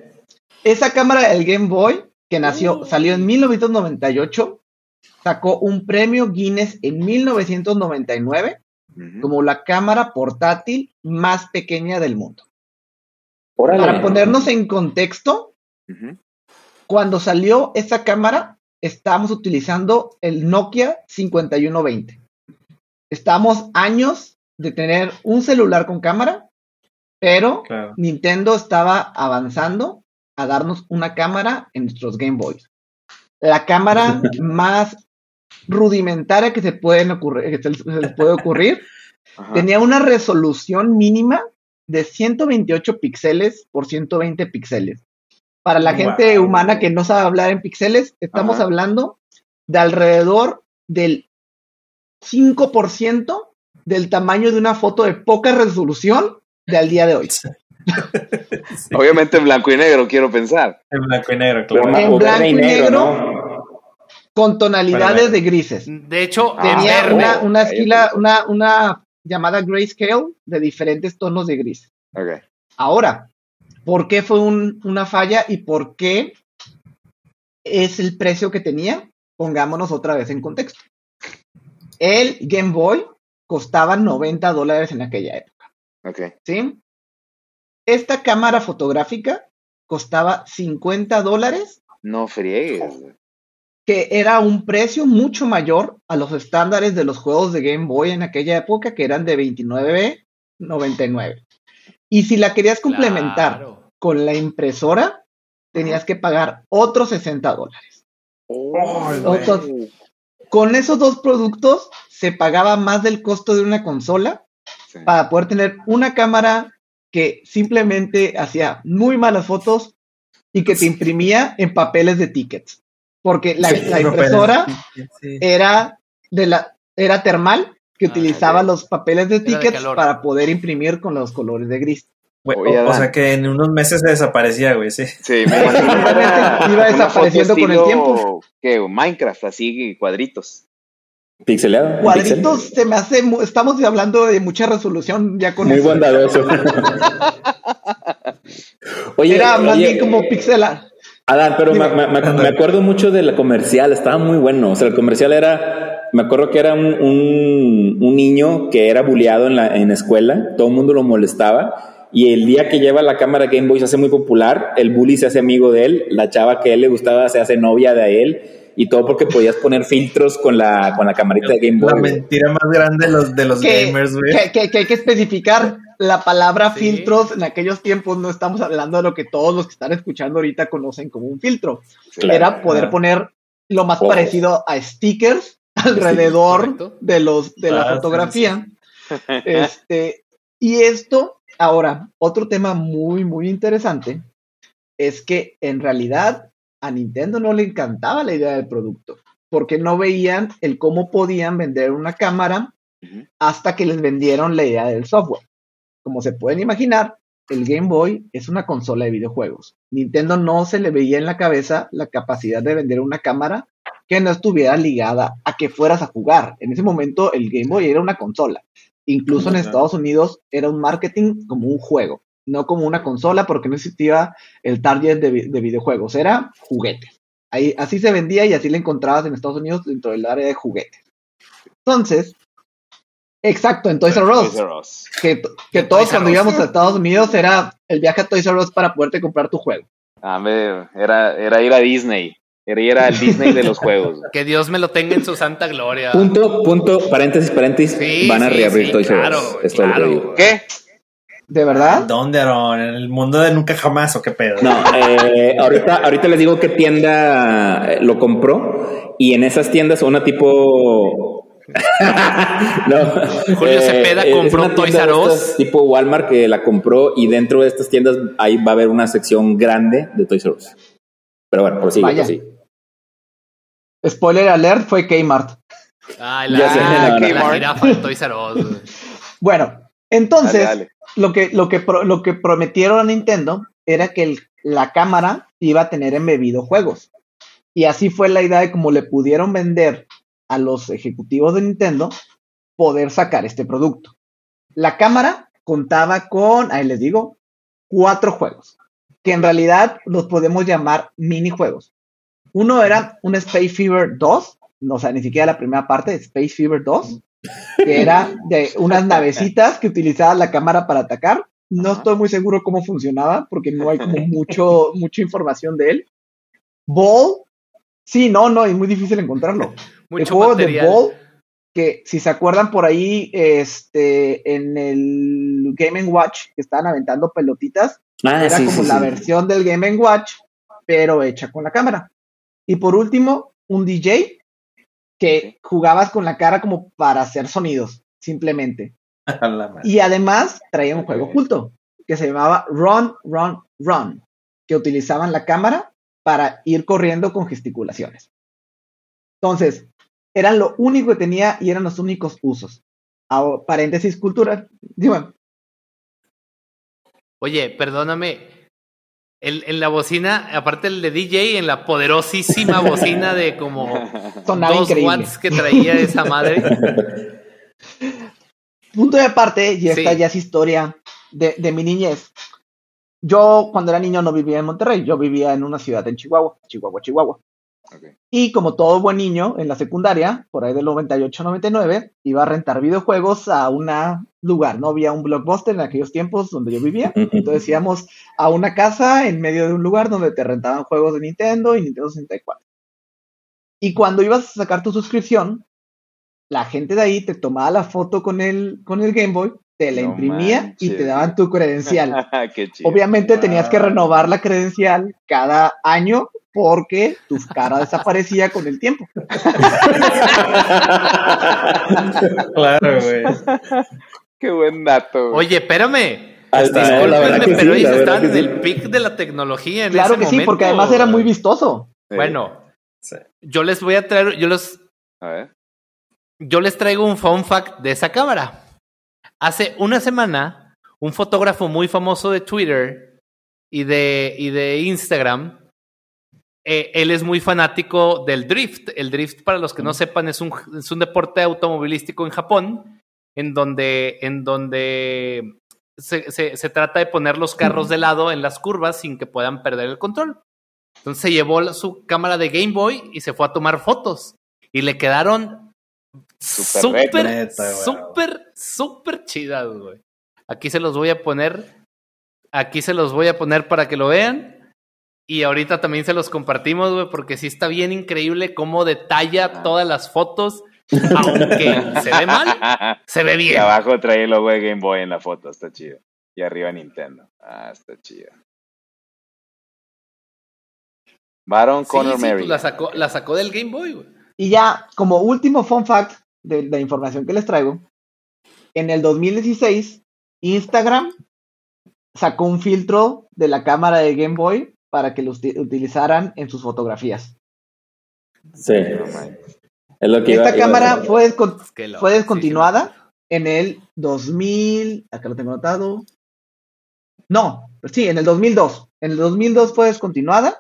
Speaker 2: Esa cámara del Game Boy, que nació, uh. salió en mil novecientos noventa y ocho, sacó un premio Guinness en mil novecientos noventa y nueve uh-huh. como la cámara portátil más pequeña del mundo. Órale. Para ponernos en contexto, uh-huh. cuando salió esa cámara, estábamos utilizando el Nokia cincuenta y uno veinte. Estábamos años de tener un celular con cámara, pero claro. Nintendo estaba avanzando a darnos una cámara en nuestros Game Boys. La cámara más rudimentaria que se, pueden ocurrir, que se, se les puede ocurrir Ajá. tenía una resolución mínima de ciento veintiocho píxeles por ciento veinte píxeles. Para la wow. gente humana que no sabe hablar en píxeles, estamos Ajá. hablando de alrededor del cinco por ciento del tamaño de una foto de poca resolución de al día de hoy.
Speaker 3: Sí. Obviamente en blanco y negro, quiero pensar.
Speaker 5: En blanco y negro, claro.
Speaker 2: En blanco y negro, ¿no? Con tonalidades de grises.
Speaker 4: De hecho,
Speaker 2: tenía
Speaker 4: ah,
Speaker 2: una, una esquila, una, una llamada grayscale de diferentes tonos de gris.
Speaker 3: Okay.
Speaker 2: Ahora, ¿por qué fue un, una falla y por qué es el precio que tenía? Pongámonos otra vez en contexto. El Game Boy costaba noventa dólares en aquella época.
Speaker 3: Okay.
Speaker 2: ¿Sí? Esta cámara fotográfica costaba cincuenta dólares.
Speaker 3: No friegues.
Speaker 2: Que era un precio mucho mayor a los estándares de los juegos de Game Boy en aquella época, que eran de veintinueve noventa y nueve. Y si la querías complementar claro. con la impresora, tenías que pagar otros sesenta dólares.
Speaker 3: Oh,
Speaker 2: Entonces, con esos dos productos se pagaba más del costo de una consola sí. para poder tener una cámara que simplemente hacía muy malas fotos y que te imprimía en papeles de tickets. Porque la, sí, la impresora sí. era, de la, era termal, que ah, utilizaba okay. los papeles de tickets de para poder imprimir con los colores de gris.
Speaker 5: Güey, o, o sea que en unos meses se desaparecía, güey, sí.
Speaker 3: Sí, me imagino.
Speaker 2: Iba desapareciendo con el tiempo.
Speaker 3: ¿Qué? Minecraft, así, cuadritos.
Speaker 1: Pixelado.
Speaker 2: Cuadritos pixel. Se me hace, estamos hablando de mucha resolución ya con
Speaker 1: muy
Speaker 2: eso.
Speaker 1: bondadoso.
Speaker 2: Oye, era más oye, bien como pixela.
Speaker 1: Adán, pero me, me, me acuerdo mucho de la comercial, estaba muy bueno. O sea, el comercial era, me acuerdo que era un, un, un niño que era bulleado en la en escuela, todo el mundo lo molestaba. Y el día que lleva la cámara Game Boy se hace muy popular, el bully se hace amigo de él, la chava que a él le gustaba se hace novia de él. Y todo porque podías poner filtros con la, con la camarita de Game Boy.
Speaker 5: La mentira más grande de los, de los
Speaker 2: que,
Speaker 5: gamers, güey.
Speaker 2: Que, que, que hay que especificar la palabra sí. filtros. En aquellos tiempos no estamos hablando de lo que todos los que están escuchando ahorita conocen como un filtro. Sí, Era claro, poder claro. poner lo más oh. parecido a stickers alrededor ¿Correcto? de los de ah, la fotografía. Sí, sí. Este, y esto, ahora, otro tema muy, muy interesante es que en realidad a Nintendo no le encantaba la idea del producto, porque no veían el cómo podían vender una cámara uh-huh. hasta que les vendieron la idea del software. Como se pueden imaginar, el Game Boy es una consola de videojuegos. Nintendo no se le veía en la cabeza la capacidad de vender una cámara que no estuviera ligada a que fueras a jugar. En ese momento el Game Boy era una consola. Incluso en Estados Unidos era un marketing como un juego, no como una consola, porque no existía el target de, de videojuegos, era juguetes. Ahí, así se vendía y así la encontrabas en Estados Unidos dentro del área de juguetes. Entonces, exacto, en Toys R Us, que, que todos cuando íbamos a Estados Unidos era el viaje a Toys R Us para poderte comprar tu juego.
Speaker 3: A ver, era, era ir a Disney. Era ir al Disney de los juegos.
Speaker 4: Que Dios me lo tenga en su santa gloria.
Speaker 1: Punto, punto, paréntesis, paréntesis. Sí, van a sí, reabrir sí, Toys R Us.
Speaker 4: Claro, es todo claro. Lo que digo.
Speaker 3: ¿Qué?
Speaker 2: ¿De verdad?
Speaker 5: ¿Dónde, Aaron? ¿En el mundo de nunca jamás o qué pedo?
Speaker 1: No, eh, ahorita, ahorita les digo qué tienda lo compró. Y en esas tiendas, una tipo...
Speaker 4: no, Julio Cepeda eh, compró Toys R Us.
Speaker 1: Tipo Walmart que la compró. Y dentro de estas tiendas ahí va a haber una sección grande de Toys R Us. Pero bueno, por sí, por sí.
Speaker 2: Spoiler alert, fue Kmart.
Speaker 4: Ay, la, sé, la, no, no, la jirafa de Toys R Us.
Speaker 2: Bueno, entonces,
Speaker 3: dale, dale.
Speaker 2: Lo, que, lo, que pro, lo que prometieron a Nintendo era que el, la cámara iba a tener embebido juegos. Y así fue la idea de cómo le pudieron vender a los ejecutivos de Nintendo poder sacar este producto. La cámara contaba con, ahí les digo, cuatro juegos, que en realidad los podemos llamar minijuegos. Uno era un Space Fever dos, no, o sea, ni siquiera la primera parte, Space Fever dos, que era de unas navecitas que utilizaban la cámara para atacar. No estoy muy seguro cómo funcionaba, porque no hay como mucho, mucha información de él. Ball, sí, no, no, es muy difícil encontrarlo. Mucho el juego material. De Ball, que si se acuerdan por ahí, este, en el Game and Watch, que estaban aventando pelotitas, ah, era sí, como sí, la sí. versión del Game and Watch, pero hecha con la cámara. Y por último, un D J que jugabas con la cara como para hacer sonidos, simplemente. Y además traía un juego oculto que se llamaba Run, Run, Run, que utilizaban la cámara para ir corriendo con gesticulaciones. Entonces, eran lo único que tenía y eran los únicos usos. Ahora, paréntesis cultural. Dime.
Speaker 4: Oye, perdóname. El, en la bocina, aparte el de D J, en la poderosísima bocina de como
Speaker 2: sonaba
Speaker 4: dos
Speaker 2: increíble.
Speaker 4: Watts que traía esa madre.
Speaker 2: Punto de aparte, y esta
Speaker 4: Sí.
Speaker 2: ya es historia de, de mi niñez. Yo, cuando era niño, no vivía en Monterrey, yo vivía en una ciudad en Chihuahua, Chihuahua, Chihuahua.
Speaker 3: Okay.
Speaker 2: Y como todo buen niño, en la secundaria, por ahí del noventa y ocho noventa y nueve, iba a rentar videojuegos a un lugar. No había un Blockbuster en aquellos tiempos donde yo vivía. Entonces íbamos a una casa en medio de un lugar donde te rentaban juegos de Nintendo y Nintendo sesenta y cuatro. Y cuando ibas a sacar tu suscripción, la gente de ahí te tomaba la foto con el, con el Game Boy, te la
Speaker 3: No
Speaker 2: imprimía
Speaker 3: manches.
Speaker 2: y te daban tu credencial.
Speaker 3: Qué chido.
Speaker 2: Obviamente tenías que renovar la credencial cada año porque tu cara desaparecía con el tiempo.
Speaker 5: Claro, güey.
Speaker 3: Qué buen dato. Güey.
Speaker 4: Oye, espérame.
Speaker 1: Al final, la verdad
Speaker 4: Discúlpenme,
Speaker 1: que
Speaker 4: pero
Speaker 1: sí,
Speaker 4: ellos
Speaker 1: la verdad
Speaker 4: estaban
Speaker 1: que
Speaker 4: en
Speaker 1: sí.
Speaker 4: el pic de la tecnología en
Speaker 2: Claro
Speaker 4: ese
Speaker 2: que sí,
Speaker 4: momento.
Speaker 2: porque además era muy vistoso.
Speaker 3: Sí.
Speaker 4: Bueno,
Speaker 5: Sí.
Speaker 4: yo les voy a traer, yo los,
Speaker 3: A ver.
Speaker 4: yo les traigo un fun fact de esa cámara. Hace una semana, un fotógrafo muy famoso de Twitter y de, y de Instagram, eh, él es muy fanático del drift. El drift, para los que no sepan, es un, es un deporte automovilístico en Japón, en donde, en donde se, se, se trata de poner los carros de lado en las curvas sin que puedan perder el control. Entonces se llevó la, su cámara de Game Boy y se fue a tomar fotos. Y le quedaron
Speaker 3: Súper
Speaker 4: súper,
Speaker 5: neta, güey.
Speaker 4: súper, súper chidas, güey. Aquí se los voy a poner. Aquí se los voy a poner para que lo vean. Y ahorita también se los compartimos, güey, porque sí está bien increíble cómo detalla todas las fotos. Aunque se ve mal, se ve
Speaker 3: Y
Speaker 4: bien.
Speaker 3: abajo trae el logo de Game Boy en la foto, está chido. Y arriba Nintendo. Ah, está chido. Baron
Speaker 4: Sí,
Speaker 3: Connor
Speaker 4: sí,
Speaker 3: Mary.
Speaker 4: pues la sacó, la sacó del Game Boy, güey.
Speaker 2: Y ya, como último fun fact de la información que les traigo, en el dos mil dieciséis, Instagram sacó un filtro de la cámara de Game Boy para que lo uti- utilizaran en sus fotografías.
Speaker 1: Sí.
Speaker 3: No manches.
Speaker 1: Es lo que
Speaker 2: Esta
Speaker 1: iba- iba a
Speaker 2: cámara
Speaker 1: decir.
Speaker 2: fue, descon-
Speaker 4: Es que lo-
Speaker 2: fue
Speaker 4: sí,
Speaker 2: descontinuada
Speaker 4: sí,
Speaker 2: en el dos mil, acá lo tengo anotado, No, sí, en el dos mil dos. En el dos mil dos fue descontinuada.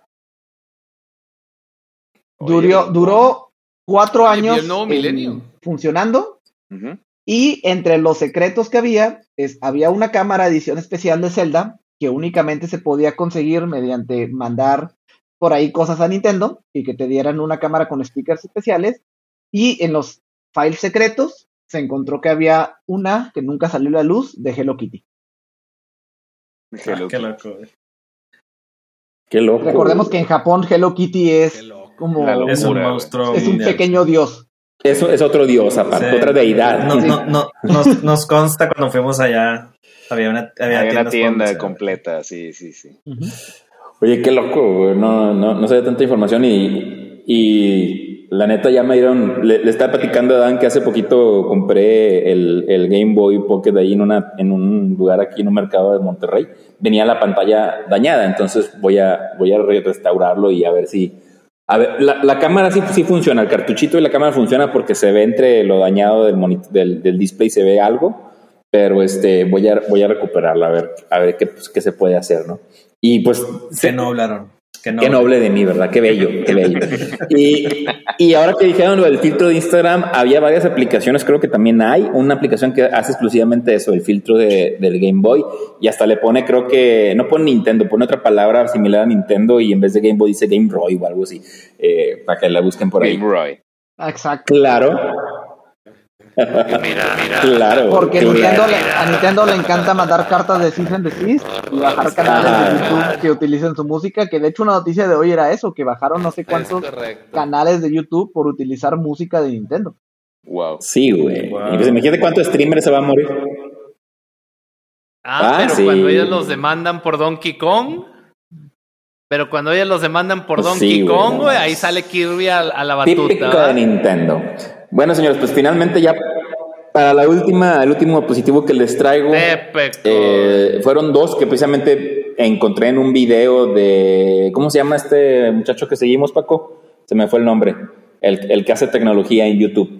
Speaker 2: Duró, duró cuatro años en, funcionando. Uh-huh. Y entre los secretos que había, es, había una cámara edición especial de Zelda que únicamente se podía conseguir mediante mandar por ahí cosas a Nintendo y que te dieran una cámara con speakers especiales. Y en los files secretos se encontró que había una que nunca salió a la luz de Hello Kitty.
Speaker 5: Hello ah, qué loco.
Speaker 1: Qué loco.
Speaker 2: Recordemos que en Japón Hello Kitty es como
Speaker 5: es un monstruo.
Speaker 2: Es un pequeño dios.
Speaker 1: Eso es otro dios, aparte, sí. Otra deidad.
Speaker 5: No, no, no, nos, nos consta cuando fuimos allá. Había una, había
Speaker 3: había una tienda completa, sí, sí, sí.
Speaker 1: Uh-huh. Oye, qué loco, no, no, no sabía tanta información y, y la neta ya me dieron, le, le estaba platicando a Dan que hace poquito compré el, el Game Boy Pocket ahí en, una, en un lugar aquí en un mercado de Monterrey. Venía la pantalla dañada, entonces voy a, voy a restaurarlo y a ver si... A ver, la, la cámara sí, sí funciona, el cartuchito y la cámara funciona porque se ve entre lo dañado del, monitor, del, del display, se ve algo, pero este voy a, voy a recuperarla, a ver, a ver qué, pues, qué se puede hacer, ¿no? Y pues...
Speaker 5: Qué noblaron.
Speaker 1: Qué noble. Qué noble de mí, ¿verdad? Qué bello, qué bello. Y, y ahora que dijeron lo del filtro de Instagram, había varias aplicaciones, creo que también hay una aplicación que hace exclusivamente eso, el filtro de, del Game Boy, y hasta le pone, creo que, no pone Nintendo, pone otra palabra similar a Nintendo y en vez de Game Boy dice Game Roy o algo así, eh, para que la busquen por ahí.
Speaker 3: Game Roy.
Speaker 2: Exacto.
Speaker 1: Claro.
Speaker 4: Mira, mira.
Speaker 1: Claro.
Speaker 2: Porque
Speaker 1: claro.
Speaker 2: Nintendo le, a Nintendo le encanta mandar cartas de cease and desist y bajar canales ah. de YouTube que utilicen su música, que de hecho una noticia de hoy era eso, que bajaron no sé cuántos canales de YouTube por utilizar música de Nintendo.
Speaker 3: Wow.
Speaker 1: Sí, güey. Wow. Pues imagínate cuántos streamers se va a morir.
Speaker 4: Ah, ah pero sí. Cuando ellos los demandan por Donkey Kong... Pero cuando ellos los demandan por pues Donkey sí, Kong, güey, ahí sale Kirby a, a la batuta.
Speaker 1: Típico ¿verdad? De Nintendo. Bueno, señores, pues finalmente ya para la última, el último dispositivo que les traigo, eh, fueron dos que precisamente encontré en un video de, ¿cómo se llama este muchacho que seguimos, Paco? Se me fue el nombre. El, el que hace tecnología en YouTube.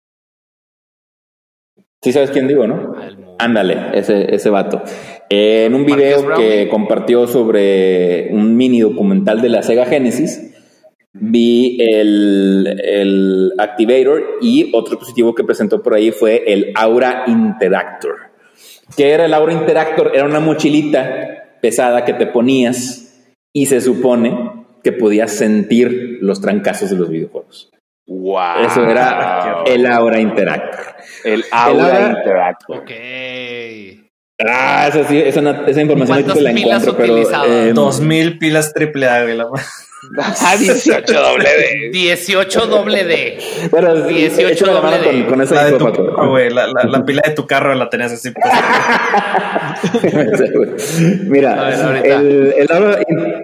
Speaker 1: ¿Sí sabes quién digo, no? Ándale, ese, ese vato. Eh, en un video que compartió sobre un mini documental de la Sega Genesis, vi el, el Activator y otro dispositivo que presentó por ahí fue el Aura Interactor. ¿Qué era el Aura Interactor? Era una mochilita pesada que te ponías y se supone que podías sentir los trancazos de los videojuegos.
Speaker 3: Wow.
Speaker 1: Eso era el Aura Interactor.
Speaker 3: El Aura, el Aura Interactor.
Speaker 4: Ok.
Speaker 1: Ah, eso sí, esa, esa información
Speaker 4: ¿cuántas
Speaker 1: la
Speaker 4: pilas
Speaker 1: encuentro,
Speaker 4: utilizaba?
Speaker 1: Pero, eh,
Speaker 5: Dos mil pilas triple A, güey.
Speaker 3: Ah, dieciocho doble D.
Speaker 4: dieciocho doble D.
Speaker 1: Bueno,
Speaker 4: dieciocho doble D.
Speaker 1: Con, con esa
Speaker 5: la, de tu, carro, güey, la, la, la pila de tu carro la tenías así.
Speaker 1: Pues. Mira, ver, el, el Aura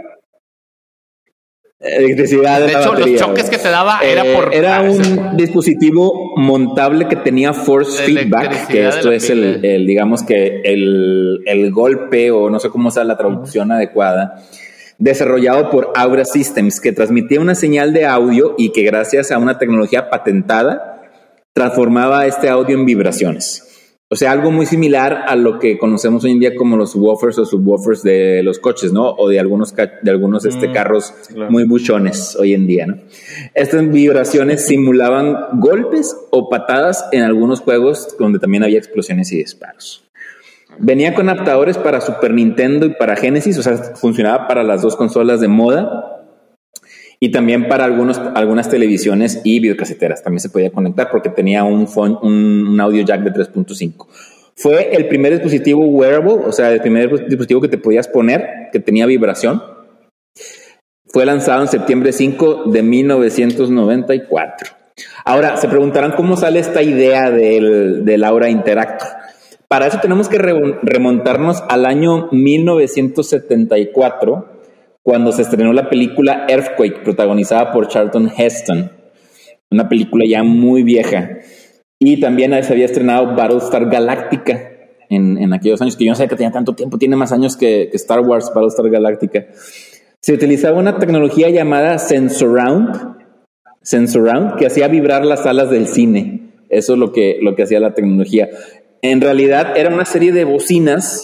Speaker 1: electricidad de,
Speaker 4: de hecho batería, los choques wey. Que te daba era
Speaker 1: eh,
Speaker 4: por
Speaker 1: era un esa. dispositivo montable que tenía force feedback, que esto es el, el digamos que el, el golpe o no sé cómo sea la traducción uh-huh. adecuada, desarrollado por Aura Systems, que transmitía una señal de audio y que gracias a una tecnología patentada transformaba este audio en vibraciones. O sea, algo muy similar a lo que conocemos hoy en día como los woofers o subwoofers de los coches, ¿no? O de algunos, de algunos este, mm, carros claro. muy buchones hoy en día, ¿no? Estas vibraciones simulaban golpes o patadas en algunos juegos donde también había explosiones y disparos. Venía con adaptadores para Super Nintendo y para Genesis, o sea, funcionaba para las dos consolas de moda. Y también para algunos, algunas televisiones y videocaseteras también se podía conectar porque tenía un, phone, un, un audio jack de tres punto cinco. Fue el primer dispositivo wearable, o sea, el primer dispositivo que te podías poner, que tenía vibración. Fue lanzado en septiembre cinco de mil novecientos noventa y cuatro. Ahora, se preguntarán cómo sale esta idea del, del Aura Interactor. Para eso tenemos que re- remontarnos al año mil novecientos setenta y cuatro, cuando se estrenó la película Earthquake, protagonizada por Charlton Heston, una película ya muy vieja. Y también se había estrenado Battlestar Galactica en, en aquellos años, que yo no sé que tenía tanto tiempo, tiene más años que, que Star Wars, Battlestar Galactica. Se utilizaba una tecnología llamada Sensurround, Sensurround, que hacía vibrar las salas del cine. Eso es lo que, lo que hacía la tecnología. En realidad era una serie de bocinas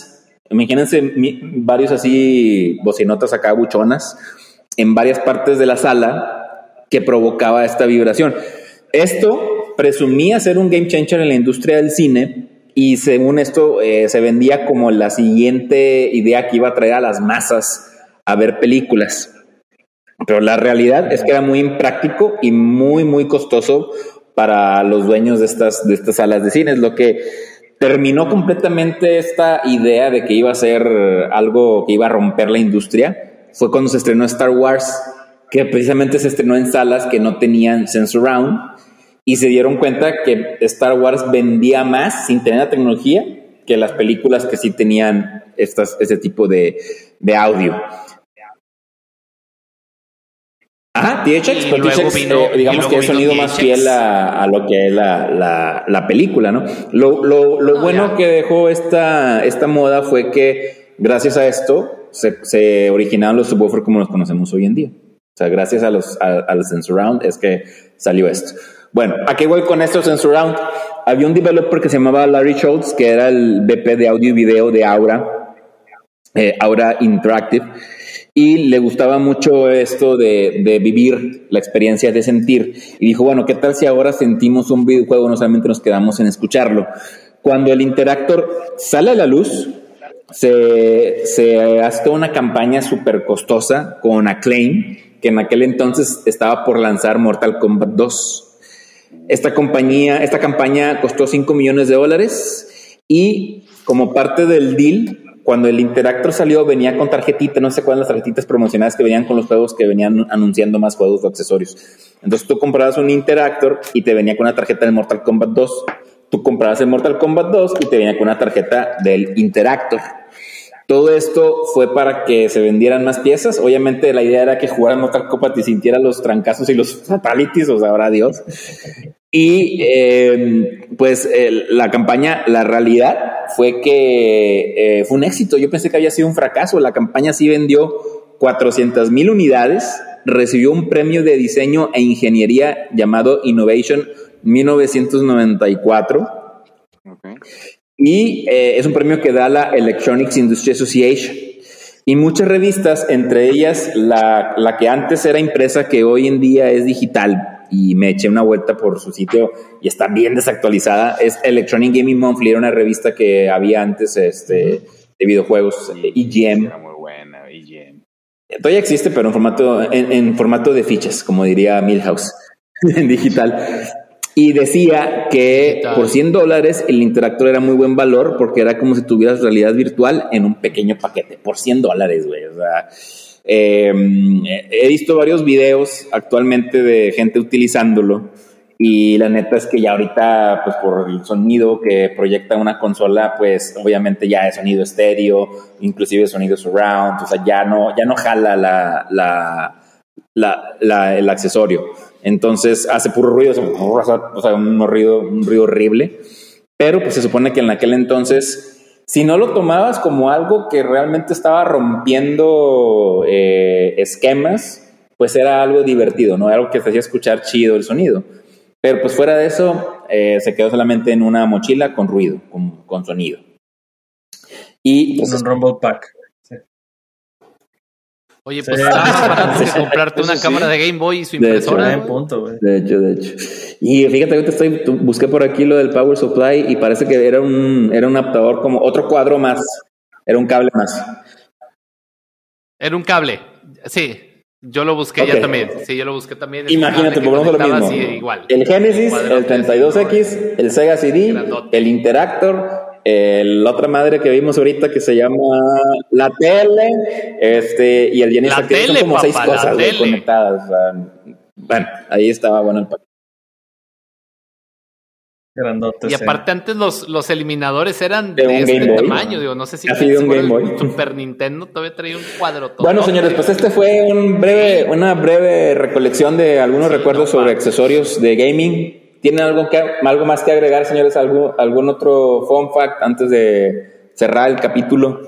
Speaker 1: Imagínense mi, varios así bocinotas acá buchonas en varias partes de la sala que provocaba esta vibración. Esto presumía ser un game changer en la industria del cine y según esto eh, se vendía como la siguiente idea que iba a traer a las masas a ver películas. Pero la realidad es que era muy impráctico y muy, muy costoso para los dueños de estas, de estas salas de cines, lo que terminó completamente esta idea de que iba a ser algo que iba a romper la industria. Fue cuando se estrenó Star Wars, que precisamente se estrenó en salas que no tenían Sensurround, y se dieron cuenta que Star Wars vendía más sin tener la tecnología que las películas que sí tenían estas, ese tipo de, de audio. Ajá, T H X, pero T H X, vino, eh, digamos que es sonido más fiel a, a lo que es la, la, la película, ¿no? Lo, lo, lo oh, bueno ya. que dejó esta, esta moda fue que gracias a esto se, se originaron los subwoofers como los conocemos hoy en día. O sea, gracias a los, a, a los Sensurround es que salió esto. Bueno, ¿a qué voy con esto Sensurround? Había un developer que se llamaba Larry Schultz, que era el V P de audio y video de Aura, eh, Aura Interactive, y le gustaba mucho esto de, de vivir la experiencia de sentir. Y dijo, bueno, ¿qué tal si ahora sentimos un videojuego? No solamente nos quedamos en escucharlo. Cuando el Interactor sale a la luz, se, se hace toda una campaña súper costosa con Acclaim, que en aquel entonces estaba por lanzar Mortal Kombat dos. Esta compañía, esta campaña costó cinco millones de dólares y como parte del deal, cuando el Interactor salió, venía con tarjetita, no sé cuáles las tarjetitas promocionadas que venían con los juegos que venían anunciando más juegos o accesorios. Entonces tú comprabas un Interactor y te venía con una tarjeta del Mortal Kombat dos. Tú comprabas el Mortal Kombat dos y te venía con una tarjeta del Interactor. Todo esto fue para que se vendieran más piezas. Obviamente la idea era que jugaran Mortal Kombat y sintiera los trancazos y los fatalities, o sabrá Dios. Y eh, pues eh, la campaña, la realidad fue que eh, fue un éxito. Yo pensé que había sido un fracaso. La campaña sí vendió cuatrocientas mil unidades, recibió un premio de diseño e ingeniería llamado Innovation mil novecientos noventa y cuatro. Okay. Y eh, es un premio que da la Electronics Industry Association. Y muchas revistas, entre ellas la, la que antes era impresa, que hoy en día es digital, y me eché una vuelta por su sitio y está bien desactualizada, es Electronic Gaming Monthly, era una revista que había antes este, de videojuegos, E G M.
Speaker 3: Era muy buena, E G M.
Speaker 1: Todavía existe, pero en formato, en, en formato de fichas, como diría Milhouse, en digital. Y decía que por cien dólares el Interactor era muy buen valor porque era como si tuvieras realidad virtual en un pequeño paquete. Por cien dólares, güey. O sea, eh, he visto varios videos actualmente de gente utilizándolo y la neta es que ya ahorita, pues por el sonido que proyecta una consola, pues obviamente ya es sonido estéreo, inclusive sonido surround. O sea, ya no, ya no jala la, la, la, la, el accesorio. Entonces hace puro ruido, o sea, un ruido, un ruido horrible. Pero pues se supone que en aquel entonces, si no lo tomabas como algo que realmente estaba rompiendo eh, esquemas, pues era algo divertido, ¿no? Era algo que te hacía escuchar chido el sonido. Pero pues fuera de eso, eh, se quedó solamente en una mochila con ruido, con, con sonido. Y
Speaker 5: pues, en un Rumble Pack.
Speaker 4: Oye, pues sí. Estabas barato de comprarte una sí. cámara de Game Boy y su impresora.
Speaker 1: De hecho, punto, güey. de hecho, de hecho. Y fíjate, ahorita estoy, busqué por aquí lo del Power Supply y parece que era un, era un adaptador como otro cuadro más. Era un cable más.
Speaker 4: Era un cable, sí. Yo lo busqué okay. ya también. Sí, yo lo busqué también.
Speaker 1: Imagínate, pongamos lo mismo. Así, igual. El Genesis, el treinta y dos X, el Sega C D, grandote. El Interactor. El, la otra madre que vimos ahorita que se llama la tele, este, y el Genesis,
Speaker 4: la tele,
Speaker 1: son como
Speaker 4: papá,
Speaker 1: seis cosas güey, conectadas. O sea, bueno, ahí estaba bueno el paquete.
Speaker 5: Grandote,
Speaker 4: y aparte sí. antes los, los eliminadores eran
Speaker 1: de,
Speaker 4: de este
Speaker 1: Boy,
Speaker 4: tamaño,
Speaker 1: ¿no?
Speaker 4: digo, no sé si
Speaker 1: Así de un Game Boy.
Speaker 4: Super Nintendo todavía traía un cuadro todo.
Speaker 1: Bueno, señores, pues este fue un breve, una breve recolección de algunos sí, recuerdos no, sobre accesorios de gaming. ¿Tienen algo, que, algo más que agregar, señores? ¿Algún, algún otro fun fact antes de cerrar el capítulo?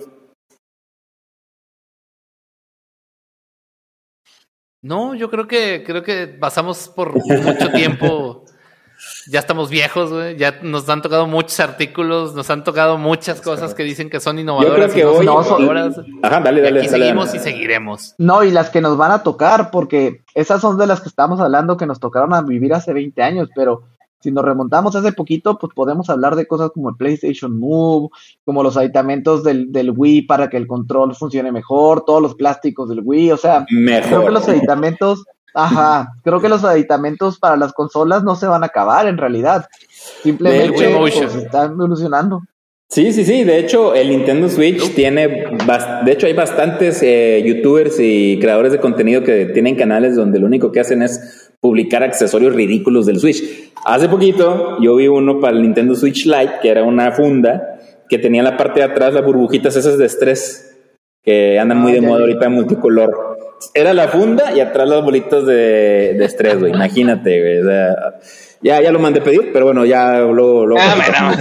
Speaker 4: No, yo creo que creo que pasamos por mucho tiempo ya estamos viejos, güey. Ya nos han tocado muchos artículos, nos han tocado muchas cosas que dicen que son innovadoras.
Speaker 1: Yo creo que
Speaker 4: y no
Speaker 1: hoy
Speaker 4: son innovadoras.
Speaker 1: Ajá, dale, dale.
Speaker 4: Y aquí
Speaker 1: dale,
Speaker 4: seguimos
Speaker 1: dale.
Speaker 4: y seguiremos.
Speaker 2: No, y las que nos van a tocar, porque esas son de las que estamos hablando que nos tocaron a vivir hace veinte años, pero si nos remontamos hace poquito, pues podemos hablar de cosas como el PlayStation Move, como los aditamentos del, del Wii para que el control funcione mejor, todos los plásticos del Wii, o sea,
Speaker 1: Mejor.
Speaker 2: creo que los aditamentos, ajá, creo que los aditamentos para las consolas no se van a acabar en realidad, simplemente pues, están evolucionando.
Speaker 1: Sí, sí, sí. De hecho, el Nintendo Switch uh. tiene... Bast- de hecho, hay bastantes eh, youtubers y creadores de contenido que tienen canales donde lo único que hacen es publicar accesorios ridículos del Switch. Hace poquito yo vi uno para el Nintendo Switch Lite, que era una funda que tenía en la parte de atrás las burbujitas esas de estrés que andan muy de moda ahorita multicolor. Era la funda y atrás las bolitas de, de estrés, güey. Imagínate, güey. O sea, ya, ya lo mandé pedir, pero bueno, ya lo... lo
Speaker 5: ah,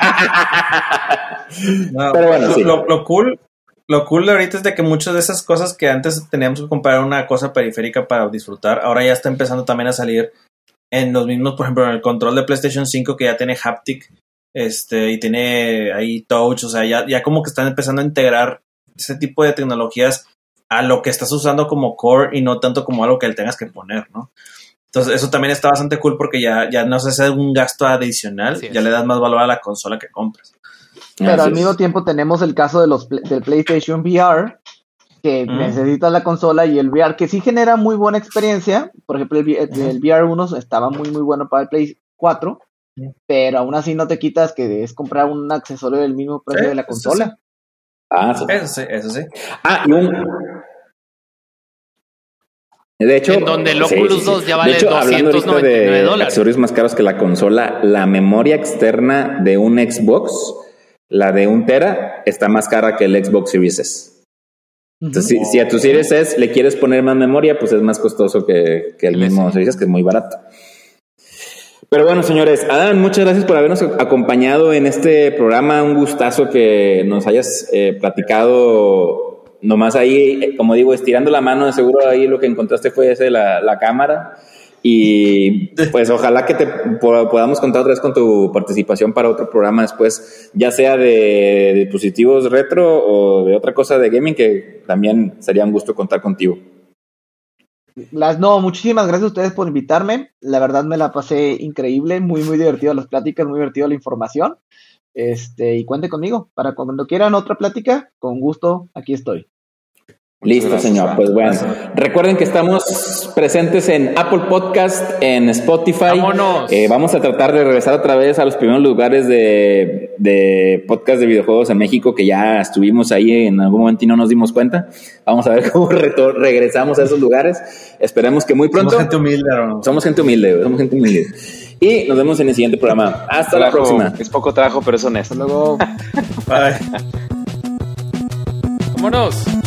Speaker 5: no, pero bueno, lo, sí. Lo, lo cool... Lo cool de ahorita es de que muchas de esas cosas que antes teníamos que comprar una cosa periférica para disfrutar, ahora ya está empezando también a salir en los mismos, por ejemplo, en el control de PlayStation cinco que ya tiene haptic este y tiene ahí touch, o sea, ya, ya como que están empezando a integrar ese tipo de tecnologías a lo que estás usando como core y no tanto como algo que le tengas que poner, ¿no? Entonces eso también está bastante cool porque ya, ya no se hace un gasto adicional, ya le das más valor a la consola que compras.
Speaker 2: Pero Así al mismo es. tiempo tenemos el caso de los del PlayStation V R, que mm. necesitas la consola y el V R, que sí genera muy buena experiencia. Por ejemplo, el, el V R uno estaba muy muy bueno para el Play cuatro, mm. pero aún así no te quitas que es comprar un accesorio del mismo precio sí, de la consola.
Speaker 5: Sí. Ah, sí. Eso sí, eso sí.
Speaker 1: Ah, y un... De hecho,
Speaker 4: en donde el Oculus sí, sí, sí. dos ya vale
Speaker 1: de hecho,
Speaker 4: doscientos noventa y nueve
Speaker 1: de
Speaker 4: dólares.
Speaker 1: Accesorios más caros que la consola, la memoria externa de un Xbox, la de un tera, está más cara que el Xbox Series S. Entonces, uh-huh. si, si a tu Series S le quieres poner más memoria, pues es más costoso que, que el mismo Series S, que es muy barato. Pero bueno, señores, Adán, muchas gracias por habernos acompañado en este programa. Un gustazo que nos hayas eh, platicado nomás ahí, como digo, estirando la mano. De seguro ahí lo que encontraste fue ese, la, la cámara. Y pues ojalá que te podamos contar otra vez con tu participación para otro programa después, ya sea de dispositivos retro o de otra cosa de gaming, que también sería un gusto contar contigo.
Speaker 2: Las, no, muchísimas gracias a ustedes por invitarme. La verdad me la pasé increíble, muy muy divertido las pláticas, muy divertido la información. Este, y cuente conmigo para cuando quieran otra plática, con gusto, aquí estoy.
Speaker 1: Listo, gracias, señor. Pues bueno, gracias. Recuerden que estamos presentes en Apple Podcast, en Spotify.
Speaker 4: ¡Vámonos!
Speaker 1: Eh, vamos a tratar de regresar otra vez a los primeros lugares de, de podcast de videojuegos en México, que ya estuvimos ahí en algún momento y no nos dimos cuenta. Vamos a ver cómo retor- regresamos a esos lugares. Esperemos que muy pronto.
Speaker 5: Somos gente humilde, ¿no?
Speaker 1: Somos gente humilde, somos gente humilde. Y nos vemos en el siguiente programa. Hasta trabajo, la próxima.
Speaker 3: Es poco trabajo, pero es honesto.
Speaker 2: Hasta luego.
Speaker 5: Bye.
Speaker 4: ¡Vámonos!